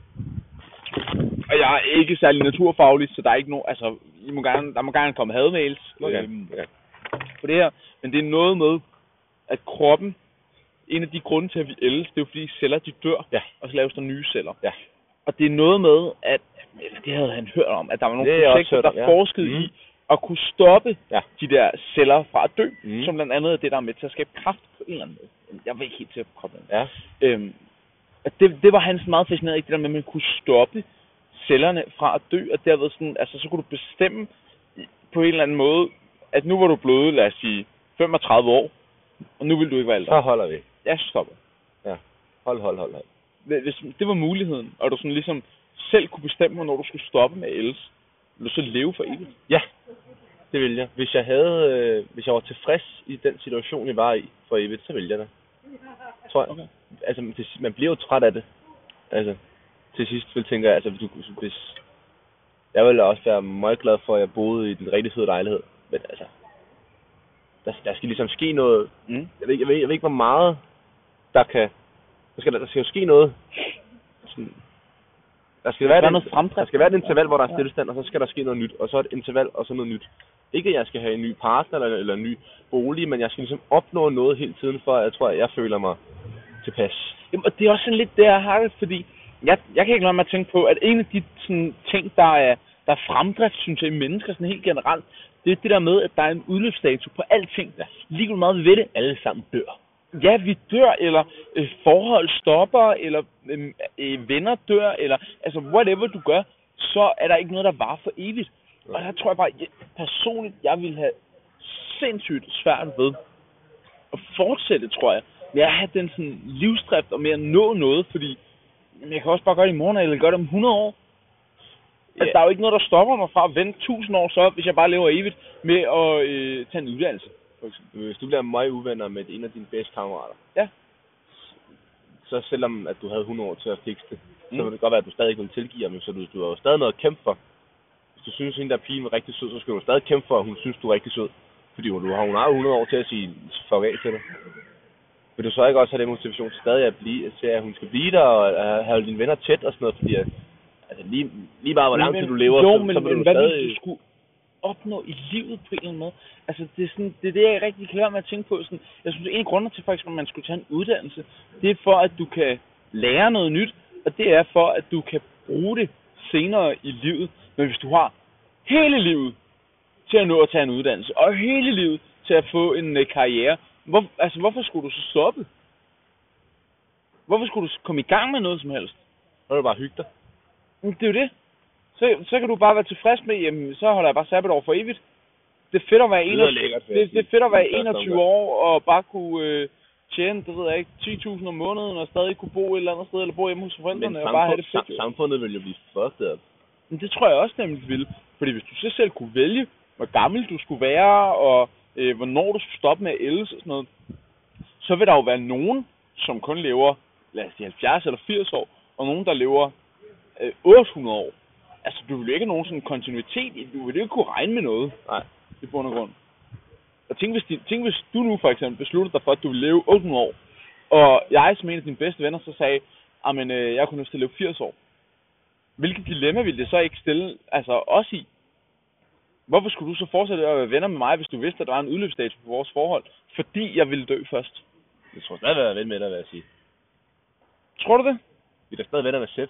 og jeg er ikke særlig naturfaglig, så der er ikke nogen, altså, I må gerne, der må gerne komme hademails okay. øhm, ja. på det her, men det er noget med, at kroppen, en af de grunde til, at vi ældes, det er jo fordi celler, de dør, ja. Og så laves der nye celler. Ja. Og det er noget med, at, det havde han hørt om, at der var nogle projekter, der ja. forskede mm. i at kunne stoppe ja. de der celler fra at dø, mm. som blandt andet er det, der er med til at skabe kræft på en eller anden måde. Jeg var ikke helt til at komme ja. øhm, det, det var han meget fascineret i, det der med, at man kunne stoppe cellerne fra at dø, og derved sådan, altså så kunne du bestemme på en eller anden måde, at nu var du blevet, lad os sige, femogtredive år, og nu vil du ikke være ældre. Så holder vi. Ja, så stopper. Ja, hold, hold, hold, hold. Hvis det var muligheden, og du sådan ligesom selv kunne bestemme, hvornår du skulle stoppe med at ældes, ville du så leve for evigt? Ja, det ville jeg. Hvis jeg havde, øh, hvis jeg var tilfreds i den situation, jeg var i for evigt, så ville jeg det. Tror jeg. Okay. Altså, det, man bliver jo træt af det. Altså, til sidst vil tænke, altså, hvis, du, hvis jeg ville også være meget glad for, at jeg boede i den rigtig fede lejlighed. Men altså, der, der skal ligesom ske noget. Mm. Jeg, ved, jeg, ved, jeg ved ikke, hvor meget der kan. Der skal, der skal jo ske noget. Sådan, der skal, være, noget et, der skal være et interval, hvor der er stillestand, og så skal der ske noget nyt. Og så et interval, og så noget nyt. Ikke, at jeg skal have en ny partner eller, eller en ny bolig, men jeg skal ligesom opnå noget hele tiden, for at jeg tror, at jeg føler mig tilpas. Jamen, og det er også sådan lidt det, jeg har det, fordi jeg, jeg kan ikke lade mig at tænke på, at en af de sådan, ting, der er, der er fremdrift, synes jeg, i mennesker sådan helt generelt, det er det der med, at der er en udløbsdato på alting. Lige meget ved det, alle sammen dør. Ja, vi dør, eller øh, forhold stopper, eller øh, øh, venner dør, eller altså whatever du gør, så er der ikke noget, der varer for evigt. Og der tror jeg bare, jeg, personligt, jeg ville have sindssygt svært ved at fortsætte, tror jeg, med at have den sådan livsdrift og med at nå noget, fordi jamen, jeg kan også bare gøre det i morgen, eller gøre det om hundrede år. Altså, yeah. Der er jo ikke noget, der stopper mig fra at vente tusind år så, hvis jeg bare lever evigt med at øh, tage en uddannelse. Hvis du bliver meget uvenner med en af dine bedste kammerater, ja. så selvom at du havde hundrede år til at fikse det, mm. så vil det godt være, at du stadig ikke vil tilgive ham, så du, du har jo stadig noget at kæmpe for. Hvis du synes, at hende der pigen var rigtig sød, så skal du stadig kæmpe for, at hun synes, du er rigtig sød. Fordi du har, hun har hundrede år til at sige fuck af til dig. Vil du så ikke også have den motivation til stadig at blive, til at hun skal blive der, og have dine venner tæt og sådan noget, fordi at, altså lige, lige bare hvor lang tid du lever, jo, så, men, så vil men du hvad stadig... hvis du skulle opnå i livet på en eller anden måde? Altså, det er, sådan, det, er det, jeg rigtig kan lade med at tænke på. Sådan, jeg synes, en grund til faktisk, at man skulle tage en uddannelse, det er for, at du kan lære noget nyt, og det er for, at du kan bruge det senere i livet. Men hvis du har hele livet til at nå at tage en uddannelse, og hele livet til at få en uh, karriere, hvor, altså, hvorfor skulle du så stoppe? Hvorfor skulle du komme i gang med noget som helst? Så er du bare hygge dig. Men det er jo det. Så, så kan du bare være tilfreds med, jamen, så holder jeg bare sabbatår for evigt. Det er fedt at være, enogtyve, lækkert, det, det er fedt at være enogtyve år og bare kunne øh, tjene, det ved jeg ikke, ti tusind om måneden og stadig kunne bo et eller andet sted, eller bo hjemme hos forældrene. Men og bare have det fedt. Sam, samfundet vil jo blive fucked up. Men det tror jeg også nemlig vil. Fordi hvis du så selv kunne vælge, hvor gammel du skulle være, og øh, hvornår du skulle stoppe med at ældes og sådan noget, så vil der jo være nogen, som kun lever, lad os sige halvfjerds eller firs år, og nogen, der lever øh, otte hundrede år. Altså, du vil jo ikke have nogen sådan kontinuitet i, du vil ikke kunne regne med noget. Nej. I bund og grund. Og tænk hvis, de, tænk hvis du nu for eksempel besluttede dig for, at du vil leve otte hundrede år, og jeg som en af dine bedste venner så sagde, at øh, jeg kunne nødt til at leve firs år. Hvilket dilemma ville det så ikke stille altså os i? Hvorfor skulle du så fortsætte at være venner med mig, hvis du vidste, at der var en udløbsdato på vores forhold? Fordi jeg ville dø først. Jeg tror stadig, at jeg ven med dig, hvad jeg siger. Tror du det? Vi er da stadig venner med Seth.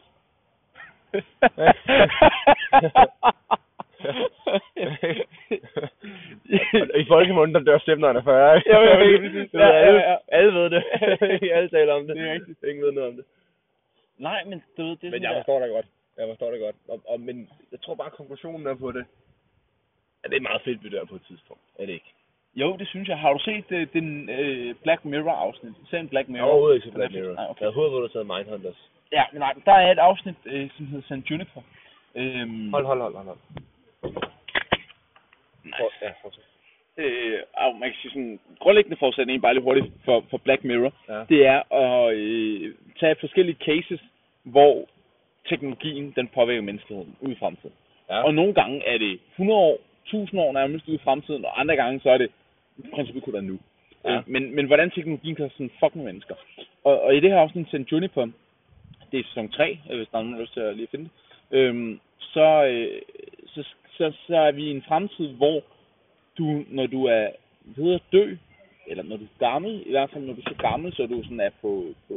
I folkemunden, der dør Seth, når han er fyrre. Ja, ja, ja, alle, alle ved det. Alle taler om det. Det er rigtigt. Ingen ved noget om det. Nej, men det, det er Men jeg forstår dig godt. Jeg forstår det godt. Og, og, men jeg tror bare, at konklusionen er på det. Ja, det er meget fedt, vi dør på et tidspunkt. Er det ikke? Jo, det synes jeg. Har du set uh, den uh, Black Mirror-afsnit? Sen Black Mirror? Jeg har overhovedet ikke set Black Mirror. Nej, okay. Jeg har overhovedet taget Mindhunters. Ja, men nej, der er et afsnit, uh, som hedder San Juniper. Um, Hold, hold, hold, hold, hold. Nice. Ja, fortsæt. Øh, og man kan sige sådan, grundlæggende forudsætning, bare lige hurtigt for, for Black Mirror, Ja. det er at øh, tage forskellige cases, hvor teknologien, den påvirker menneskeheden ud i fremtiden. Ja. Og nogle gange er det hundrede år, tusind år nærmest ud i fremtiden, og andre gange så er det i princippet kun der nu. Ja. Øh, men, men hvordan teknologien kan sådan fuck med mennesker. Og, og i det her afsnit, Saint Juniper, det er sæson tre, hvis der er nogen, der har lyst til at lige finde det, øhm, så, øh, så, så, så er vi i en fremtid, hvor du, når du er ved at dø, eller når du er gammel, i hvert fald når du er så gammel, så du sådan er på, på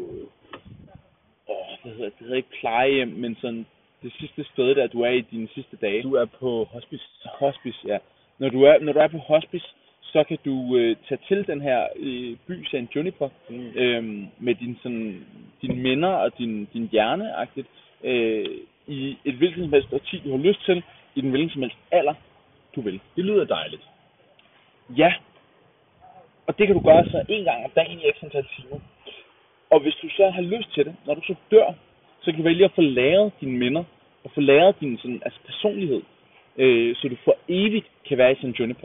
åh, hvad hedder det, det hedder ikke plejehjem, men sådan det sidste sted, der du er i dine sidste dage. Du er på hospice. Hospice, ja. Når du er, når du er på hospice, så kan du øh, tage til den her øh, by, Saint Juniper, mm. øhm, med din, sådan, dine minder og din, din hjerne-agtigt, øh, i et hvilket som helst årti, du har lyst til, i den hvilken som helst alder, du vil. Det lyder dejligt. Ja, og det kan du gøre så en gang om dagen i ekstra antal timer. Og hvis du så har lyst til det, når du så dør, så kan du vælge at få lagret dine minder, og få lagret din sådan, altså personlighed, øh, så du for evigt kan være i Saint Juniper.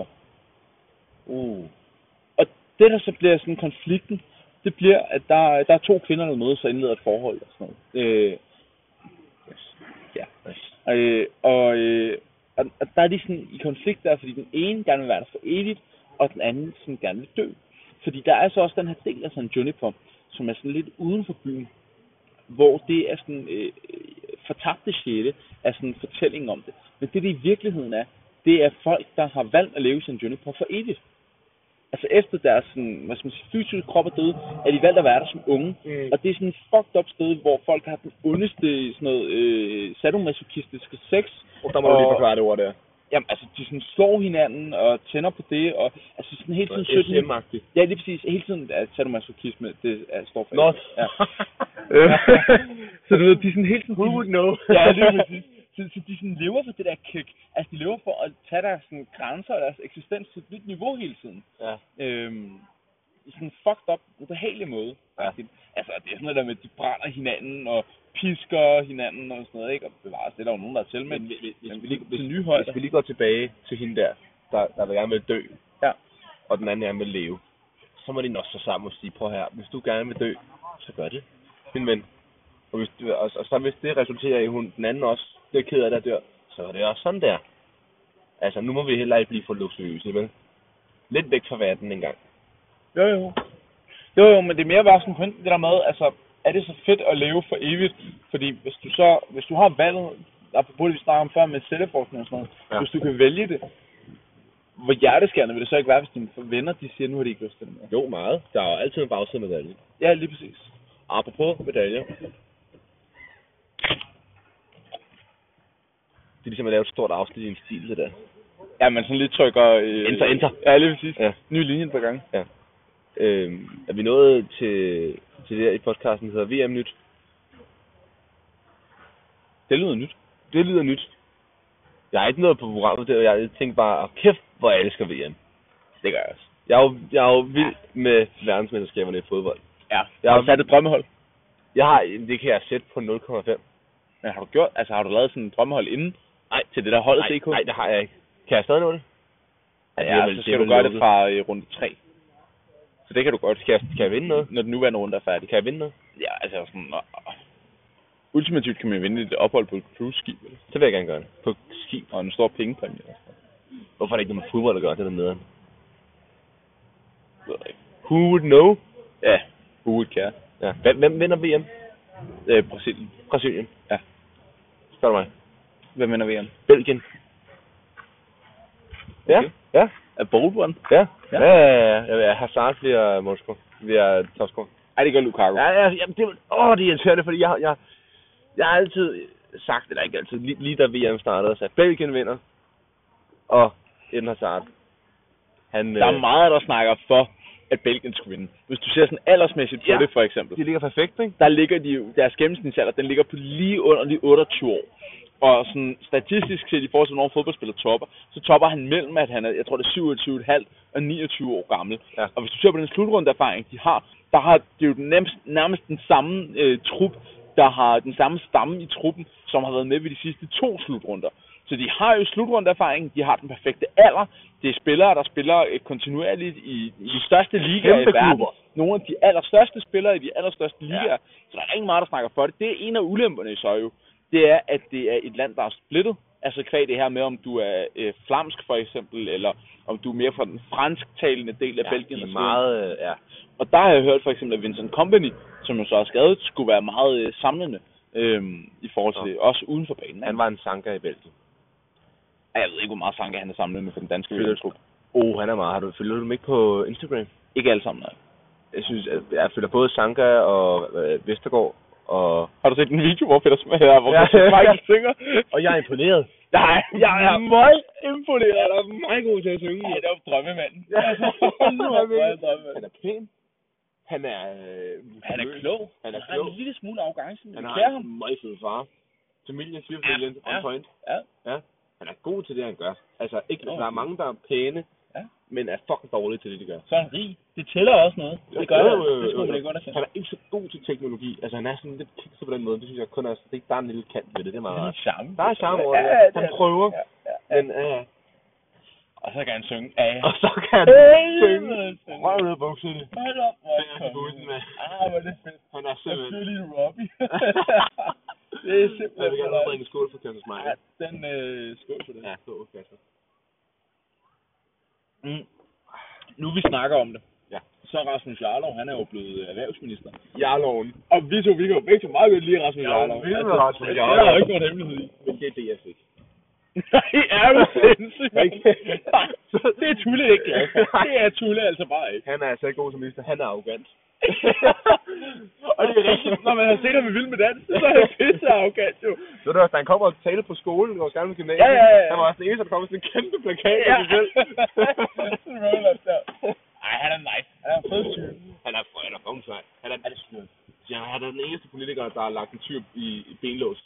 Uh. Og det der så bliver sådan konflikten, det bliver, at der, der er to kvinder, der mødes og indleder et forhold og sådan noget. Øh, yes. Ja. Yes. Øh, og, øh, og, og der er de sådan i konflikt der, fordi den ene gerne vil være der for evigt, og den anden sådan gerne vil dø. Fordi der er så også den her del af Saint Juniper, som er sådan lidt uden for byen, hvor det er sådan øh, fortabte sjæle, er sådan en fortælling om det. Men det det i virkeligheden er, det er folk, der har valgt at leve i Saint Juniper for evigt. Altså efter deres sådan, hvad skal man sige, fysiske krop er døde, er de valgt at være der som unge. Mm. Og det er sådan et fucked up sted, hvor folk har den ondeste sådan noget øh, sadomasochistiske sex. Og der må du lige forklare det ord der. Jamen altså, de sådan slår hinanden og tænder på det, og altså sådan hele tiden sytten. S M-agtigt. Ja, lige præcis. Hele tiden er sadomasochisme, det er står for. Not. Ja. Så du ved, de sådan hele tiden... Who would know? Ja, lige præcis. Så, så de sådan lever for det der kick. Altså, de lever for at tage deres sådan, grænser og deres eksistens til et nyt niveau hele tiden. Ja. Øhm, I sådan en fucked up, ubehagelige måde. Ja. Altså, det er sådan noget der med, at de brænder hinanden og pisker hinanden og sådan noget, ikke? Og bevares, det er der jo nogen, der er til med. Men hvis, hvis, men vi lige, hvis, nye højder. hvis vi lige går tilbage til hende der, der, der vil gerne vil dø, ja. Og den anden gerne vil leve, så må de nok så sammen og sige, prøv her, hvis du gerne vil dø, så gør det, min ven. Og, hvis, og, og så hvis det resulterer i, at hun, den anden også bliver ked af, der dør, så er det også sådan der. Altså, nu må vi heller ikke blive for luksuriøse, vel? Lidt væk fra verden en gang. Jo, jo. Jo, jo, men det er mere bare sådan pointen, det der med, altså, er det så fedt at leve for evigt? Fordi hvis du så, hvis du har valget, der burde vi snakke om før med celleforskning og sådan noget, ja. Hvis du kan vælge det, hvor hjerteskærende vil det så ikke være, hvis dine venner, de siger, nu har de ikke lyst til det mere? Jo, meget. Der er jo altid en bagside medalje. Ja, lige præcis. Apropos medaljer. Det er ligesom at lave et stort afsnit i en stil, det der. Ja, man sådan lidt trykker... Øh, enter, enter. Ja, lige præcis. Ja. Ny linje et par gange. Ja. Øhm, er vi nået til, til det her i podcasten, der hedder V M-nyt? Det lyder nyt. Det lyder nyt. Jeg har ikke noget på programmet der, jeg tænkte bare, kæft, hvor jeg elsker V M. Det gør jeg også. Jeg er jo, jeg er jo vild med verdensmesterskaberne i fodbold. Ja. Jeg har du sat et drømmehold? Jeg har, det kan jeg sætte på nul komma fem. Men har du gjort, altså har du lavet sådan et drømmehold inden? Nej. Til det der holdet nej, D K? Nej, det har jeg ikke. Kan jeg stadig nå det? Ja, ja vel, så skal du gøre det fra uh, runde tre. Så det kan du godt. Kan jeg, kan jeg vinde noget? Når den nuværende runde er færdig. Kan jeg vinde noget? Ja, altså sådan... Uh, ultimativt kan man vinde et ophold på et cruise-skib. Eller? Så vil jeg gerne gøre det. På skib. Og en stor pengepræmie. Hvorfor er det ikke noget med fodbold at gøre det dernede? Ved jeg ikke. Who would know? Ja, who would care. Ja. Hvem, hvem vinder V M? Øh, Brasilien. Brasilien? Ja. Spørg mig. Hvem vinder V M? Belgien. Okay. Ja, ja. Er bold one? Ja. Ja, ja, ja. ja. Hazard bliver målscorer. Bliver topscorer. Ej, det gør Lukaku. Ja, ja, jamen, det, åh, det er irriterende, fordi jeg, jeg, jeg har altid sagt, eller ikke altid, lige, lige da V M startede, så Belgien vinder, og Eden Hazard. Han, der er øh, meget, der snakker for, at Belgien skulle vinde. Hvis du ser sådan aldersmæssigt på ja, det, for eksempel. De ligger perfekt, ikke? Der ligger de jo, deres gennemsnitsalder, den ligger på lige under de otteogtyve år. Og sådan statistisk set i forhold til, hvornår fodboldspiller topper, så topper han mellem, at han er, jeg tror det er syvogtyve komma fem og niogtyve år gammel. Ja. Og hvis du ser på den slutrunde erfaring, de har, der har det er jo nærmest, nærmest den samme øh, trup, der har den samme stamme i truppen, som har været med ved de sidste to slutrunder. Så de har jo slutrundeerfaring, de har den perfekte alder. Det er spillere, der spiller øh, kontinuerligt i, i de største ligaer i verden. Nogle af de allerstørste spillere i de allerstørste ligaer. Ja. Så der er ikke meget, der snakker for det. Det er en af ulemperne så jo. Det er, at det er et land, der er splittet. Altså kvad det her med, om du er øh, flamsk for eksempel, eller om du er mere fra den fransktalende del af ja, Belgien. Ja, meget, øh, ja. Og der har jeg hørt for eksempel, at Vincent Kompany, som jo så er skadet, skulle være meget øh, samlende øh, i forhold til det, også uden for banen. Han var en sanker i Belgien. Ja, jeg ved ikke, hvor meget sanker han er samlende for den danske følgetruppe. Oh, han er meget. Har du, følger du dem ikke på Instagram? Ikke alle sammen, nej. Jeg synes, at jeg følger både Sanka og øh, Vestergaard. Og... Har du set en video, hvor Peter Smith her, hvor Peter Michael synger? Og jeg er imponeret. Nej, jeg er meget imponeret. Jeg er meget god til at synge. Ja, det er jo drømmemanden. Ja. Han er pæn. Han er... Øh, han er klog. Han er klog. Han har en lille smule afgangsen. Han har en meget fed far. Familien siger ja. on point. Ja. Ja. Han er god til det, han gør. Altså, ikke, der er mange, der er pæne, ja. Men er fucking dårlige til det, de gør. Så er han rig. Det tæller også noget. Det ja, gør det. Øh, det skulle man ikke undersøge. Han er ikke så god til teknologi. Altså, han er sådan lidt kikset på den måde. Det synes jeg kun er... Det er bare en lille kant ved det. Det er meget rart. Charme. Der er charme over ja, det. Ja, han prøver. Ja, ja, ja. Men, øh, og så kan han synge. Ja. Og så kan han hey, synge. Røv ud af bukserne. Hold op, hvor er bussen med. Ah, hvor er det fedt. Han er simpelthen... Jeg føler lige Robbie. Det er simpelthen... Jeg vil gerne bringe skål for Kasper Smeichel. Ja, den øh, skål for det. Ja, skål Kasper. Mm. Nu vi snakker om det. Ja. Så Rasmus Jarlov, han er jo blevet erhvervsminister. Jarloven. Og vi to, vi kan jo begge så meget godt lide Rasmus Jarlov. Ja, vi ved Rasmus Jarlov. Det er der jo ikke noget hemmelighed i. Men det er det, jeg fik. Nej, er du sindssygt? Det er Tulle ikke glad for. Det er Tulle altså bare ikke. Han er altså ikke god som minister. Han er arrogant. Og det er rigtigt, når man har set ham i Vild med Dans, så er det pisse arrogant jo. Så det var, da han kom og talte på skolen, vores gamle gymnasium. Ja, ja, ja. Han var også den eneste, der kom med sådan en kæmpe plakat ja. af sig selv. Ej, han er nice. Han er en fed type. Han er frød og kongesvej. Han er, er det snydt. Ja, han er den eneste politiker, der har lagt en tyr i, i benlås.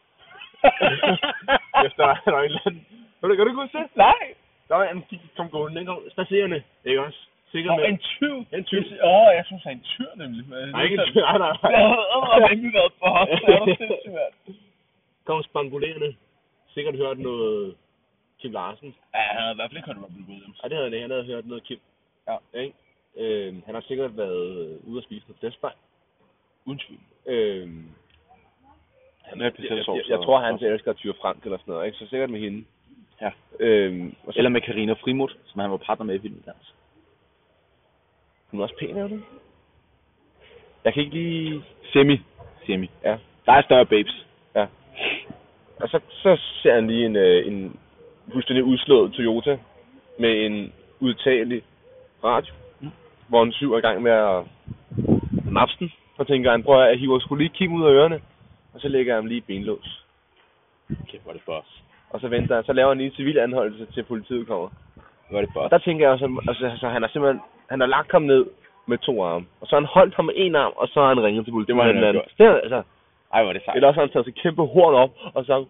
Efter der var en eller anden... Kan du, kan du ikke huske det? Nej. Der var en, de kom gående en gang, spacerende, ikke også? Sikkert med. En tyv? En tyv. Åh, jeg synes, han er en tyr nemlig. Nej, ikke en tyv, nej, nej. Jeg havde nemlig været for ham, så er du sindssygt, mand. Kom spangulerende. Sikkert hørt noget Kim Larsen. Ja, han havde i hvert fald ikke hørt Robin Williams. Ja, det havde han ikke. Han havde hørt noget Kim. Ja. Ikke? Øh, han har sikkert været ude at spise noget flæskesteg. Uden tvivl. Øh, han er jeg, jeg, jeg, jeg tror, han elsker Tyre Frank eller sådan noget, ikke? Så sikkert med hende. Ja. Øh, så, eller med Karina Frimut, som han var partner med i Vild med Dans. Hun er også pæn, er du? Jeg kan ikke lige... Semi. Semi. Ja. Der er større babes. Ja. Og så, så ser han lige en, en fuldstændig udslået Toyota med en udtagelig radio, mm. hvor han syv er i gang med at napse den. Og tænker han, prøver at hive skulle lige Kim ud af ørerne, og så lægger han lige benlås. Okay, hvor er det boss. Og så venter så laver han lige en civil anholdelse til politiet kommer. Hvor er det boss. Og der tænker jeg også, altså, altså han har simpelthen, han har lagt ham ned med to arme, og så har han holdt ham med en arm, og så har han ringet til politiet. Det må han have gjort. Det er, altså, ej, hvor er det sejt. Eller også har han taget sig kæmpe horn op, og så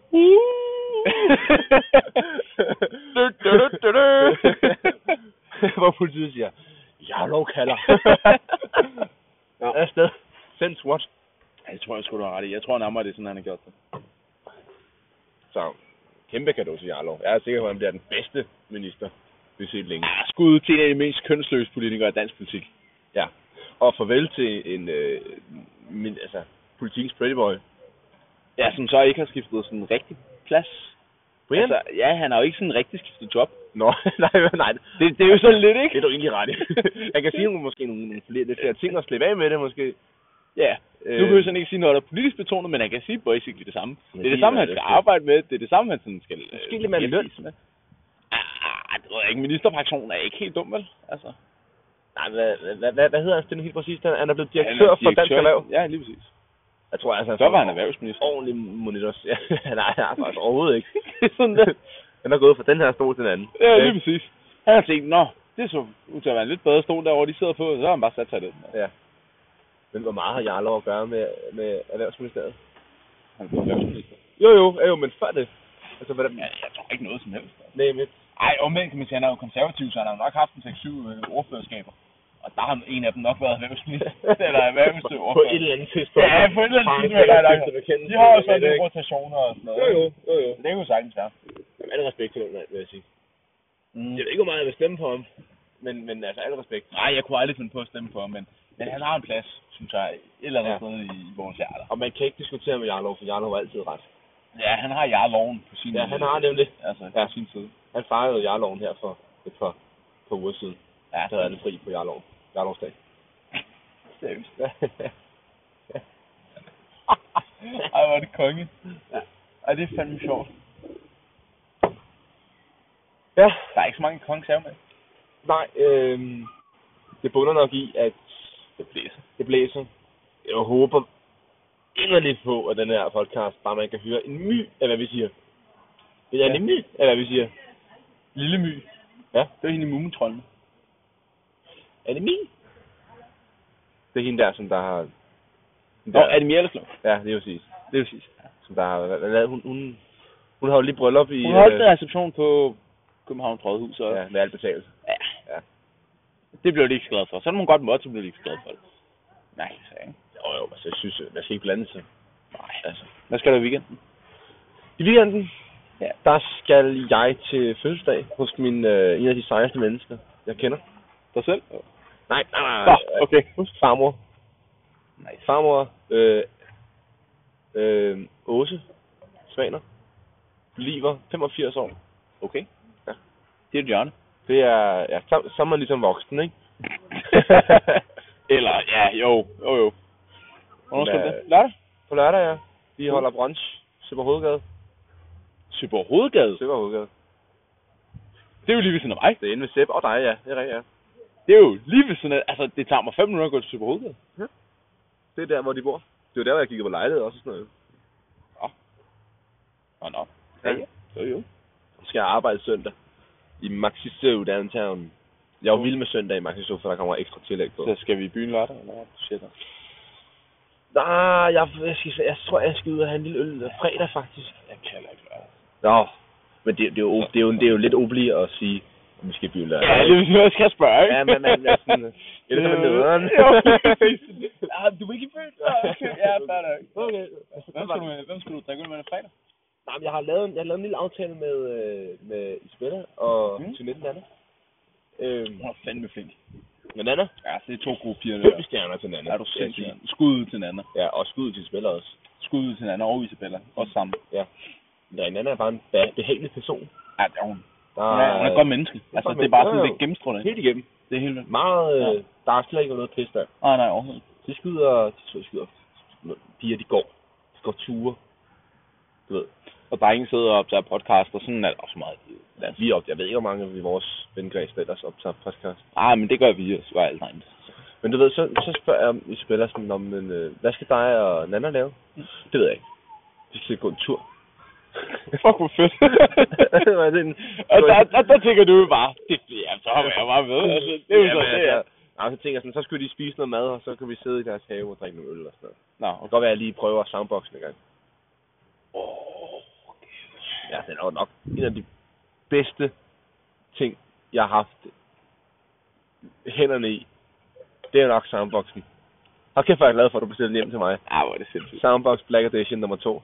hvor politiet siger, Jarlov kalder. Ja, afsted. Send SWAT. Ja, det tror jeg sgu, du har ret i. Jeg tror nærmere, det er sådan, han har gjort det. Så, kæmpe kado til Jarlov. Jeg er sikker på, at han bliver den bedste minister, vi har set længe. Ja, skud til en af de mest kønsløse politikere i dansk politik. Ja, og farvel til en, øh, min, altså, politikens pretty boy. Ja, som så ikke har skiftet sådan en rigtig plads. Brian? Altså, ja, han har jo ikke sådan en rigtig skiftet job. Nå, nej, nej. Det, det er jo sådan lidt, ikke? Det er du egentlig ret i. Jeg kan sige måske nogle, nogle flere, det flere ting at slippe af med det, måske. Ja, øh, nu kan jeg sådan ikke sige noget, der er politisk betonet, men jeg kan sige basically det samme. Men det er det samme, han skal arbejde med. Det er det samme, han sådan skal... Måske lidt mere løn. Med. Ah, det ved jeg ikke. Ministerpensionen er ikke helt dum, vel? Altså. Nej, hvad, hvad, hvad, hvad hedder han det nu helt præcis? Han er blevet direktør, ja, for Dansk Erhverv. Ja, lige præcis. Jeg tror altså, han så var han erhvervsminister. Ordentlig monitor. Ja, nej, han er faktisk overhovedet ikke. Sådan der. Han er gået fra den her stol til den anden. Ja, lige præcis. Han har tænkt, nå, det er så ud til at være en lidt bedre stol derovre, de sidder på, og så har han bare sat sig det. Ja. Men hvor meget har Jarlov at gøre med, med Erhvervsministeriet? Han er erhvervsminister. Jo, jo, jo, men før det. Altså, hvad der... Ja, jeg tror ikke noget som helst. Nej, men... Ej, omvendt kan man sige, han er jo konservativ, så han har jo nok haft en seks syv øh, ordførerskaber. Og der har en af dem nok været erhvervsminister, eller erhvervsordfører. På et eller andet tidspunkt. Ja, på et eller andet tidspunkt. Ja, ja, de har jo sådan lidt rotationer og sådan noget. Jo, jo, jo, jo. Det er jo sagtens være. Jamen, alle respekt for den, vil jeg sige. Mm. Jeg ved ikke, hvor meget jeg vil stemme på ham. Men, men altså, alle respekt. Nej, jeg kunne aldrig finde på at stemme på ham, men, men han har en plads, synes jeg, et eller andet ja. sted i, i vores hjerter. Og man kan ikke diskutere med Jarlov, for Jarlov har altid ret. Ja, han har Jarloven på sin Ja, han har nemlig. Altså, ja. på sin side. Han fejrede Jarloven her for et par, par uger siden. Ja, der havde han fri på Jarloven. Jarlovsdag. Seriøst. Ej, hvor er det konge. Ja. Ej, det er fandme sjovt. Ja. Der er ikke så mange kongesav med. Nej, øh, det bunder nok i, at det blæser. Det blæser. Jeg håber inderligt på, at den her podcast bare man kan høre en my af, hvad vi siger. Det er ja. en my af, hvad vi siger. Lille my. Ja. Det er hende i Mumentrollene. Er det min? Det er hende der, som der har... Nå, er det Mjælleslov? Ja, det er jo præcis. Det er præcis. Ja. Som der har... Hun, hun, hun har jo lige bryllup i... Hun holdt øh, reception på Københavns Rådhus. Og... Ja, med alt betalt. Ja. ja. Det blev de ikke glad for. Så er der nogle godt måtte, så blev de ikke glad for det. Nej, så ikke. Jo, jo, altså jeg synes, man skal ikke blande sig. Nej, altså. Hvad skal du i weekenden? I weekenden? Ja. Der skal jeg til fødselsdag hos min, øh, en af de sejeste mennesker, jeg kender. Dig selv? Nej, nej, nej. Nå, okay. Hos farmor. Nice. Farmor, øh, øh, Åse, Svaner, Liver, femogfirs år. Okay. Ja. Det er et hjørne. Det er, ja, så, så er man ligesom voksen, ikke? Eller, ja, jo, jo, jo. Hvornår skal det? Lørdag? På lørdag, ja. Vi holder brunch. Søber Hovedgade. Søber Hovedgade? Søber Hovedgade. Det er jo lige ved siden af mig. Det er inde ved Sepp og dig, ja. Det er rigtigt, ja. Det er jo lige ved siden af, altså det tager mig fem minutter at gå til Søber Hovedgade. Ja. Det er der, hvor de bor. Det er der, hvor jeg kiggede på lejlighed også og sådan noget. Nå. Nå, nå. Ja, ja. Jo, jo. Så skal jeg arbejde søndag i Maxi Zoo downtown. Jeg er jo vild med søndag i Maxi Zoo, for der kommer ekstra tillæg på. Så skal vi i byen lørdag, eller hvad? Shit. Nej, jeg, jeg, skal, jeg tror, jeg skal ud og have en lille øl fredag, faktisk. Jeg kan ikke lørdag. Nå, men det, det, er jo, det, er jo, det er jo lidt obli at sige, at vi skal i byen lørdag. Ja, det er jo, jeg skal spørge, ikke? Ja, men man er sådan... Jeg ved, man nederen. Ja, du er ikke i byen? Ja, fair nok. Okay. Hvem skal du, hvem skal du drikke ud med fredag? Nej, men jeg har lavet en, jeg har lavet en lille aftale med, med Isabella og mm. Jeanette Nana. Øhm, Hun er fandme flink. Med Nana? Ja, det er to gode piger. Fem stjerner til Nana. Er du sindssygt? Skud til Nana. Ja, og skud til Isabella også. Skud til Nana og Isabella. Også sammen. Ja. Ja, Nana er bare en behagelig person. Ja, det er hun. Der ja, hun er et godt menneske. Altså, det er bare sådan, det er gennemstrømmet. Helt igennem. Det er helt vildt. Meget, ja. Der er slet ikke noget pis der. Nej, nej, overhovedet. De skyder, de skyder, piger, de går. De går ture. Du ved. Og drenge sidder og optager podcast, og sådan er det også meget. Ja, vi op, jeg ved ikke, hvor mange af vores venkreds, der ellers optager podcast. Nej, men det gør vi også alle drenge. Men du ved, så, så spørger jeg Isabella sådan om, men, øh, hvad skal dig og Nana lave? Mm. Det ved jeg ikke. Vi skal gå en tur. Fuck, hvor fedt. Og der, der, der tænker du jo bare, det, ja, så har jeg bare med. Altså, det er jo ja, sådan, det er. Ja, så tænker jeg sådan, så skal de spise noget mad, og så kan vi sidde i deres have og drikke noget øl og sådan noget. Nå, okay. Det kan godt være, at jeg lige prøver soundboxen en gang. Åh, oh, okay. Ja, det er jo nok en af de bedste ting, jeg har haft hænderne i. Det er nok soundboxen. Og kæft, jeg er glad for, at du bestiller den hjem til mig. Ja, hvor er det sindssygt. Soundbox Black Edition nummer to.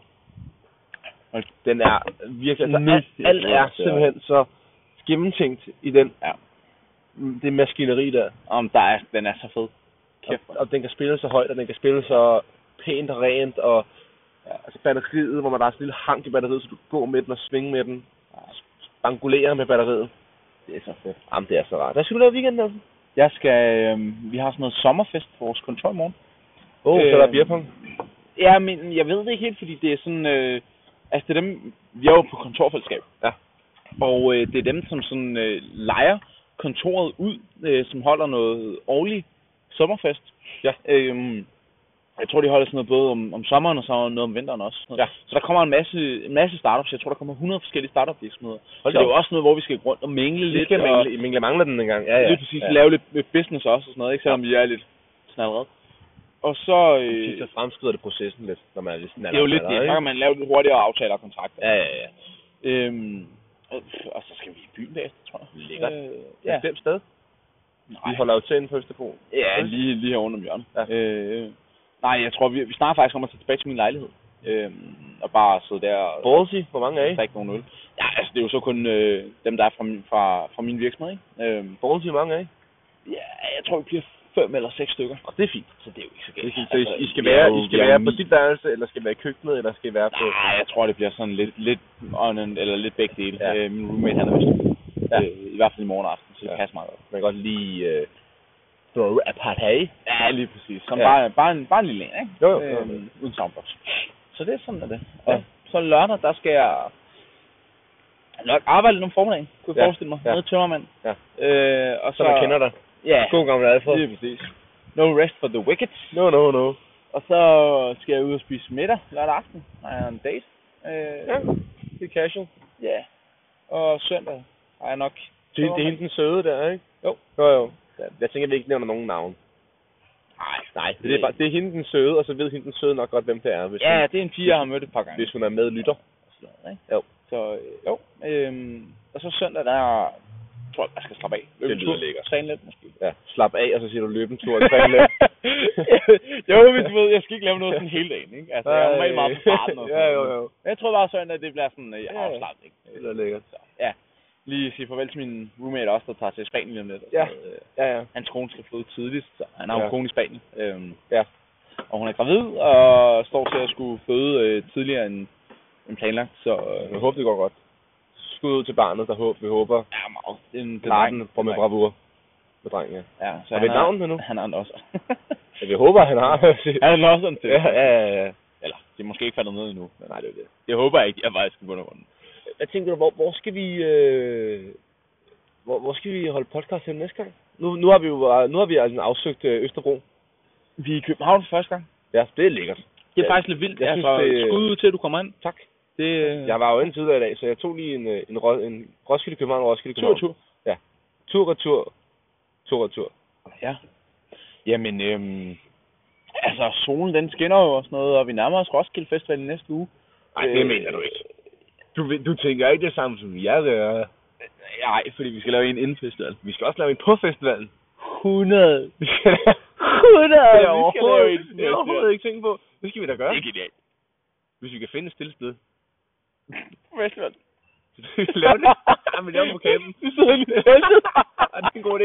Den er virkelig, altså alt, alt er simpelthen så gennemtænkt i den, ja. Det maskineri der. Om der er, den er så fed. Kæft. Og, og den kan spille så højt, og den kan spille så pænt og rent, og ja, altså batteriet, hvor man der er sådan en lille hank i batteriet, så du går med den og svinge med den. Angulere med batteriet. Det er så fedt. Jamen, det er så rart. Hvad skal du lave i weekenden, altså? Jeg skal, øh, vi har sådan noget sommerfest på vores kontor i morgen. Åh, oh, øh, så der er beerpong? Ja, men jeg ved det ikke helt, fordi det er sådan, øh, altså det er dem, vi er jo på kontorfællesskab. Ja. Og øh, det er dem, som sådan øh, lejer kontoret ud, øh, som holder noget årlig sommerfest. Ja. Øhm, jeg tror, de holder sådan noget både om, om sommeren og så noget om vinteren også. Ja. Så der kommer en masse, en masse startups. Jeg tror, der kommer hundrede forskellige startup virksomheder. Så det er jo også noget, hvor vi skal rundt og mingle lidt. Vi skal mingle, og mingle mangler den en gang. Ja, ja. Lige præcis. Ja. Lave lidt business også og sådan noget, ikke? Selvom ja. vi er lidt snallerede. Og så... Øh, Øh, så fremskrider det processen lidt, når man er lidt... det er jo lidt det. Så kan man lave lidt hurtigere aftaler og kontrakter. Ja, ja, ja. Øhm, og, og så skal vi i byen bagefter, tror jeg. Lækkert. Øh, Ja. Et bestemt sted. Nej. Vi holder jo til inde på Østerbro. Ja, lige, lige herovre om hjørnet. Ja. Øh, nej, jeg tror, vi, vi snakker faktisk om at tage tilbage til min lejlighed. Øh, og bare sidde der og Ballsy, hvor mange er I? drikke nogle øl. Ja, altså det er jo så kun øh, dem, der er fra, min- fra, fra min virksomhed, ikke? Øh, Ballsy, hvor mange er I? ja, jeg tror, vi bliver fem eller seks stykker. Og det er fint. Så det er jo ikke så Det galt. er fint. Så I, I skal vi er være, jo- I skal vi er være jo på ni. dit værelse, eller skal I være i køkkenet, eller skal I være på... Nej, jeg tror, det bliver sådan lidt, lidt on and, eller lidt begge dele. Ja. Øh, min roommate, han er vist. Ja. Øh, I hvert fald i morgen aften, så det Ja. passer meget godt. Man kan godt lige... Øh, throw a party. Ja, lige præcis. Som Ja. bare, bare, en, bare en lille en, ikke? Jo, jo. Øhm, uden soundbox. Så det er sådan, er det. Og Ja. så lørdag, der skal jeg nok arbejde lidt om formiddagen, kunne jeg Ja. forestille mig. Ja. Nede i Tømmermand. Ja. Øh, og Så så... man kender dig. Ja, God gammel Alfred. lige præcis. No rest for the wicked. No, no, no. Og så skal jeg ud og spise middag lørdag aften. Og jeg har en date. Øh, Ja, det er casual. ja. Og søndag har jeg nok... Det, det er hende den søde der, ikke? Jo. Jo, jo. Jeg tænker, at vi ikke nævner nogen navn. Nej, Nej, det er, bare, det er hende den søde, og så ved hende den søde nok godt, hvem det er. Hvis Ja, hun, det er en pige, jeg har mødt et par gange. hvis hun er med lytter. Sådan noget, ikke? Jo. Så øh, jo, øhm, og så søndag, der tror jeg, jeg skal slappe af. Løbe Det en lyder tur, lækkert. Træne lidt måske. Ja, slap af, og så siger du løbe en tur og træne lidt. jo, hvis du ved, jeg skal ikke lave noget sådan hele dagen, ikke? Altså, jeg er normalt meget på farten og sådan Ja, jo, noget. jo. Jeg tror bare sådan, at det bliver sådan øh, Ja. afslappet, ikke? Det lyder lækkert. Så, ja. Lige sige farvel til min roommate også, der tager til Spanien lige om lidt. og Ja. sådan noget. Øh, Ja, ja. Hans kone skal flyde tidligt, så han har jo Ja. en kone i Spanien. Øhm, Ja. og hun er gravid, og står til at skulle føde øh, tidligere end, end planlagt, så øh, Jeg håber, det går godt. Skud ud til barnet, der håber, vi håber. ja, meget. Det er en, det er Klarer en den dreng. får med Det er en bravur. Med drengen, ja. dreng. Ja, så Har vi han et navn med nu? Han har den også. Ja, vi håber, han har. han er også sådan til. Ja, ja, ja, ja. Eller, det er måske ikke faldet ned endnu. Men Nej, det er det. det håber jeg ikke, jeg faktisk skal bunde rundt. Hvad tænker du, hvor, hvor skal vi... Øh, hvor, hvor skal vi holde podcast hen næste gang? Nu, nu har vi jo nu har vi altså afsøgt øh, Østerbro. Vi er i København for første gang. Ja, det er lækkert. Det er Ja, faktisk lidt vildt. jeg Jeg synes, altså, det- skud ud til, at du kommer ind. Tak. Det, øh, Jeg var jo inde tidligere i dag, så jeg tog lige en, øh, en, Ro- en Roskilde København, Roskilde tur, København. tur. Tur, retur. Tur, retur. Ja. Jamen, øhm, altså, solen den skinner jo og sådan noget, og vi nærmer os Roskilde Festival i næste uge. Nej, det mener du ikke. Du, vil- du tænker ikke det samme som jeg gør. Nej, fordi vi skal lave en inden festival. Vi skal også lave en på festivalen. hundrede. Vi skal lave... hundrede! Det er Vi skal lave overhovedet, en det er overhovedet ikke tænkt på. Det skal vi da gøre. Det er genialt. Hvis vi kan finde et stille sted. Festival. Vi skal lave det. Ja, vi laver den på kæben. Vi sidder i teltet. Ja, det er en god idé.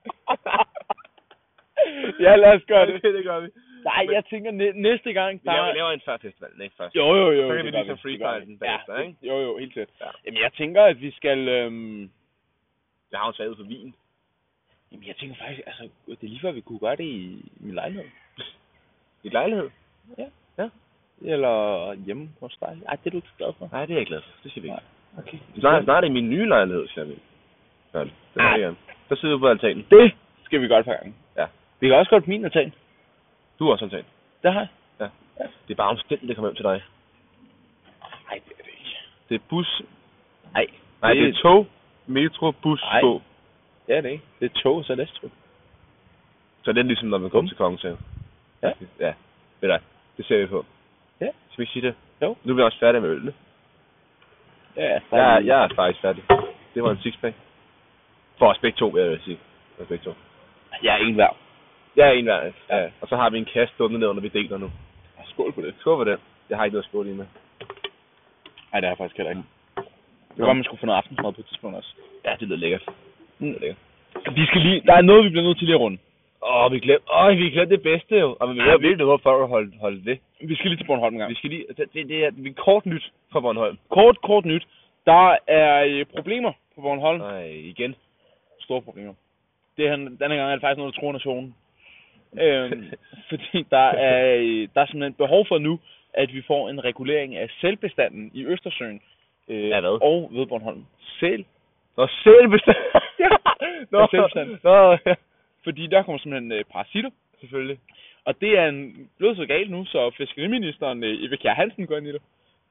Ja, lad os gøre det. Okay, det gør vi. Nej, jeg tænker næ- næste gang, Vi der... laver, vi laver en før festivalen, ikke først? Jo, jo, jo. Så kan vi det gør lige så det gør freestyle vi. den bagefter, ja, ikke? Jo, jo, helt sikkert. Ja. Jamen, jeg tænker, at vi skal... Øhm... Jeg har jo taget ud for vin. Jamen, jeg tænker faktisk, altså, det er lige før, vi kunne gøre det i min lejlighed. I lejlighed? Ja. Ja. Eller hjemme hos dig. Ej, det er du ikke så glad for. Nej, det er jeg glad for. Det skal vi ikke. Nej. Okay. Snart, snart er det i min nye lejlighed, siger vi. Ja, det er Ah. det, ja. Der sidder vi på altanen. Det skal vi gøre et par gange. Ja. Vi kan også godt på min altan. Du har også altan. Det har jeg. Ja. Det er bare omstændigt, det kommer hjem til dig. Nej, det er det ikke. Det er bus. Nej. Nej, det er tog, metro, bus, Nej. tog. Det er det ikke. Det er tog, så er det tog. Så det er ligesom, når man kommer til Kongens Ja. Ja. Ved dig. Det ser vi på. Ja. Skal vi ikke sige det? Jo. Nu er vi også færdige med ølene. Ja, Jeg, er- jeg er faktisk færdig. Det var en sixpack. For os begge to, vil jeg sige. For os begge to. jeg er ingen værd. Jeg er en hver. Ja. Ja. Og så har vi en kasse stående ned, når vi deler nu. Skål på det. Skål for den. Jeg har ikke noget at skåle i med. Nej, det har jeg faktisk heller ikke. Det var, man skulle få noget aftensmad på et tidspunkt også. Ja, det lyder lækkert. Mm. Det lyder lækkert. Vi skal lige... Der er noget, vi bliver nødt til lige at runde. Åh, vi glemte, åh, vi glemte det bedste jo. Og vi vil Ja, ja, vi- virkelig håbe for at holde, holde det. Vi skal lige til Bornholm en gang. Vi skal lige, det, det, det er det er kort nyt fra Bornholm. Kort, kort nyt. Der er øh, problemer på Bornholm. Nej, igen. Store problemer. Det er, denne gang er det faktisk noget, der tror nationen. Øhm, fordi der er, øh, der er simpelthen behov for nu, at vi får en regulering af sælbestanden i Østersøen. Øh, Ja, hvad? Og ved Bornholm. Sæl. Nå, selvbestand. Ja. Nå, Ja, selvbestand. Nå, ja. Fordi der kommer simpelthen øh, parasitter. Selvfølgelig. Og det er en, blevet så galt nu, så fiskeriministeren øh, Eva Kjær Hansen går ind i det.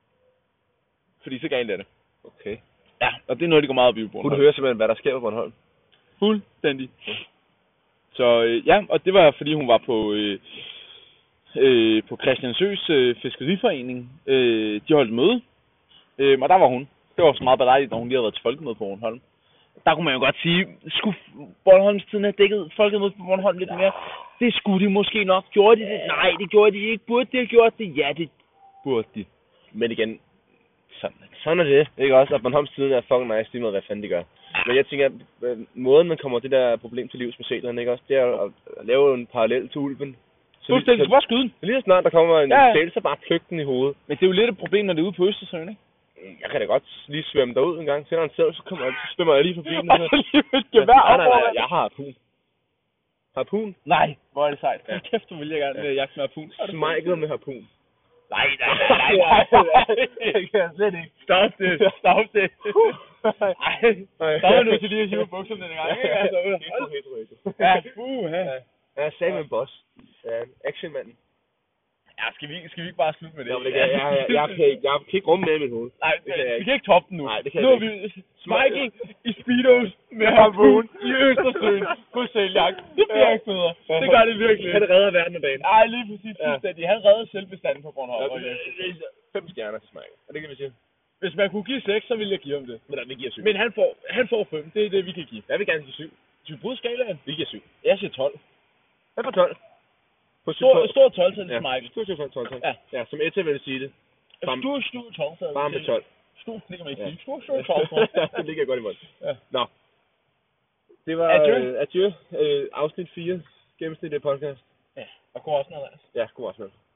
Fordi så galt er det. Okay. Ja, og det er noget, de går meget op i på Hun Bornholm. hører simpelthen, hvad der sker på Bornholm. Fuldstændig. Så øh, ja, og det var fordi hun var på, øh, øh, på Christiansøs øh, Fiskeriforening. Øh, de holdt møde, øh, og der var hun. Det var så meget belejligt, når hun lige havde været til folkemøde på Bornholm. Der kunne man jo godt sige, skulle Bornholmstiden have dækket folkemødet på Bornholm lidt mere? Det skulle de måske nok. Gjorde de det? Nej, det gjorde de ikke. Burde de have gjort det? Ja, det burde de. Men igen, sådan, sådan er det, ikke også? Og Bornholmstiden er fucking nice, lige med hvad fanden de gør. Men jeg tænker, at måden man kommer det der problem til livs med sælerne, ikke også? Det er at, at lave en parallel til ulven. Så du skal bare skyde den. Lige så snart der kommer en ja, ja. sæl, så bare pløk den i hovedet. Men det er jo lidt et problem, når det er ude på Østersøen, ikke? Jeg kan da godt lige svømme derud en gang. Sætter en sæl, så, kommer jeg, så svømmer jeg lige forbi den. Og så lige et gevær nej, nej, nej, jeg har harpun. Harpun? Nej, hvor er det sejt. Hold kæft, du vil jeg gerne ja. jagte med harpun. Smækket med harpun. Nej, nej, nej, nej, nej. Det kan jeg slet ikke. Stop det, stop det. Ej, der var nødt til lige at hive bukserne den gang, ikke? Altså, hetero, hetero, hetero. Ja, uh, ja. Jeg sagde med en boss. Ja, actionmanden. Ja, skal vi, skal vi ikke bare slutte med det? Jamen, det kan, jeg, jeg, jeg, kan ikke, jeg kan ikke rumme med i mit hoved. Nej, det kan jeg ikke. Vi kan ikke toppe den nu. Nej, det kan nu jeg ikke. Nu er vi smiking i speedos med harpun i Østersøen på sæljagt. Det bliver ikke bedre. Det gør det virkelig. Han redder verden af banen. Nej, lige præcis. Ja. Han redder selvbestanden på Bornholm. Ja, fem stjerner til Smeichel. Og det kan vi sige. Hvis man kunne give seks, så ville jeg give ham det. Men nej, vi giver syv. Men han får, han får fem. Det er det, vi kan give. Jeg vil gerne give syv. Skal vi bryde skalaen? Vi giver syv. Jeg siger tolv. Hvad for tolv? På stor, stor tolv til ja. Smeichel. Stor tolv, tolv, tolv. Ja. Ja, som Etta ville sige det. Stor, stor tolv. Bare med tolv. Stor, det kan man ikke sige. Stor, stor tolv. Det ligger godt i munden. Ja. Nå. Det var adieu. Øh, adieu. Øh, afsnit fire. Gennemsnitlig podcast. Ja, og god aften, Andreas. Ja, god aften.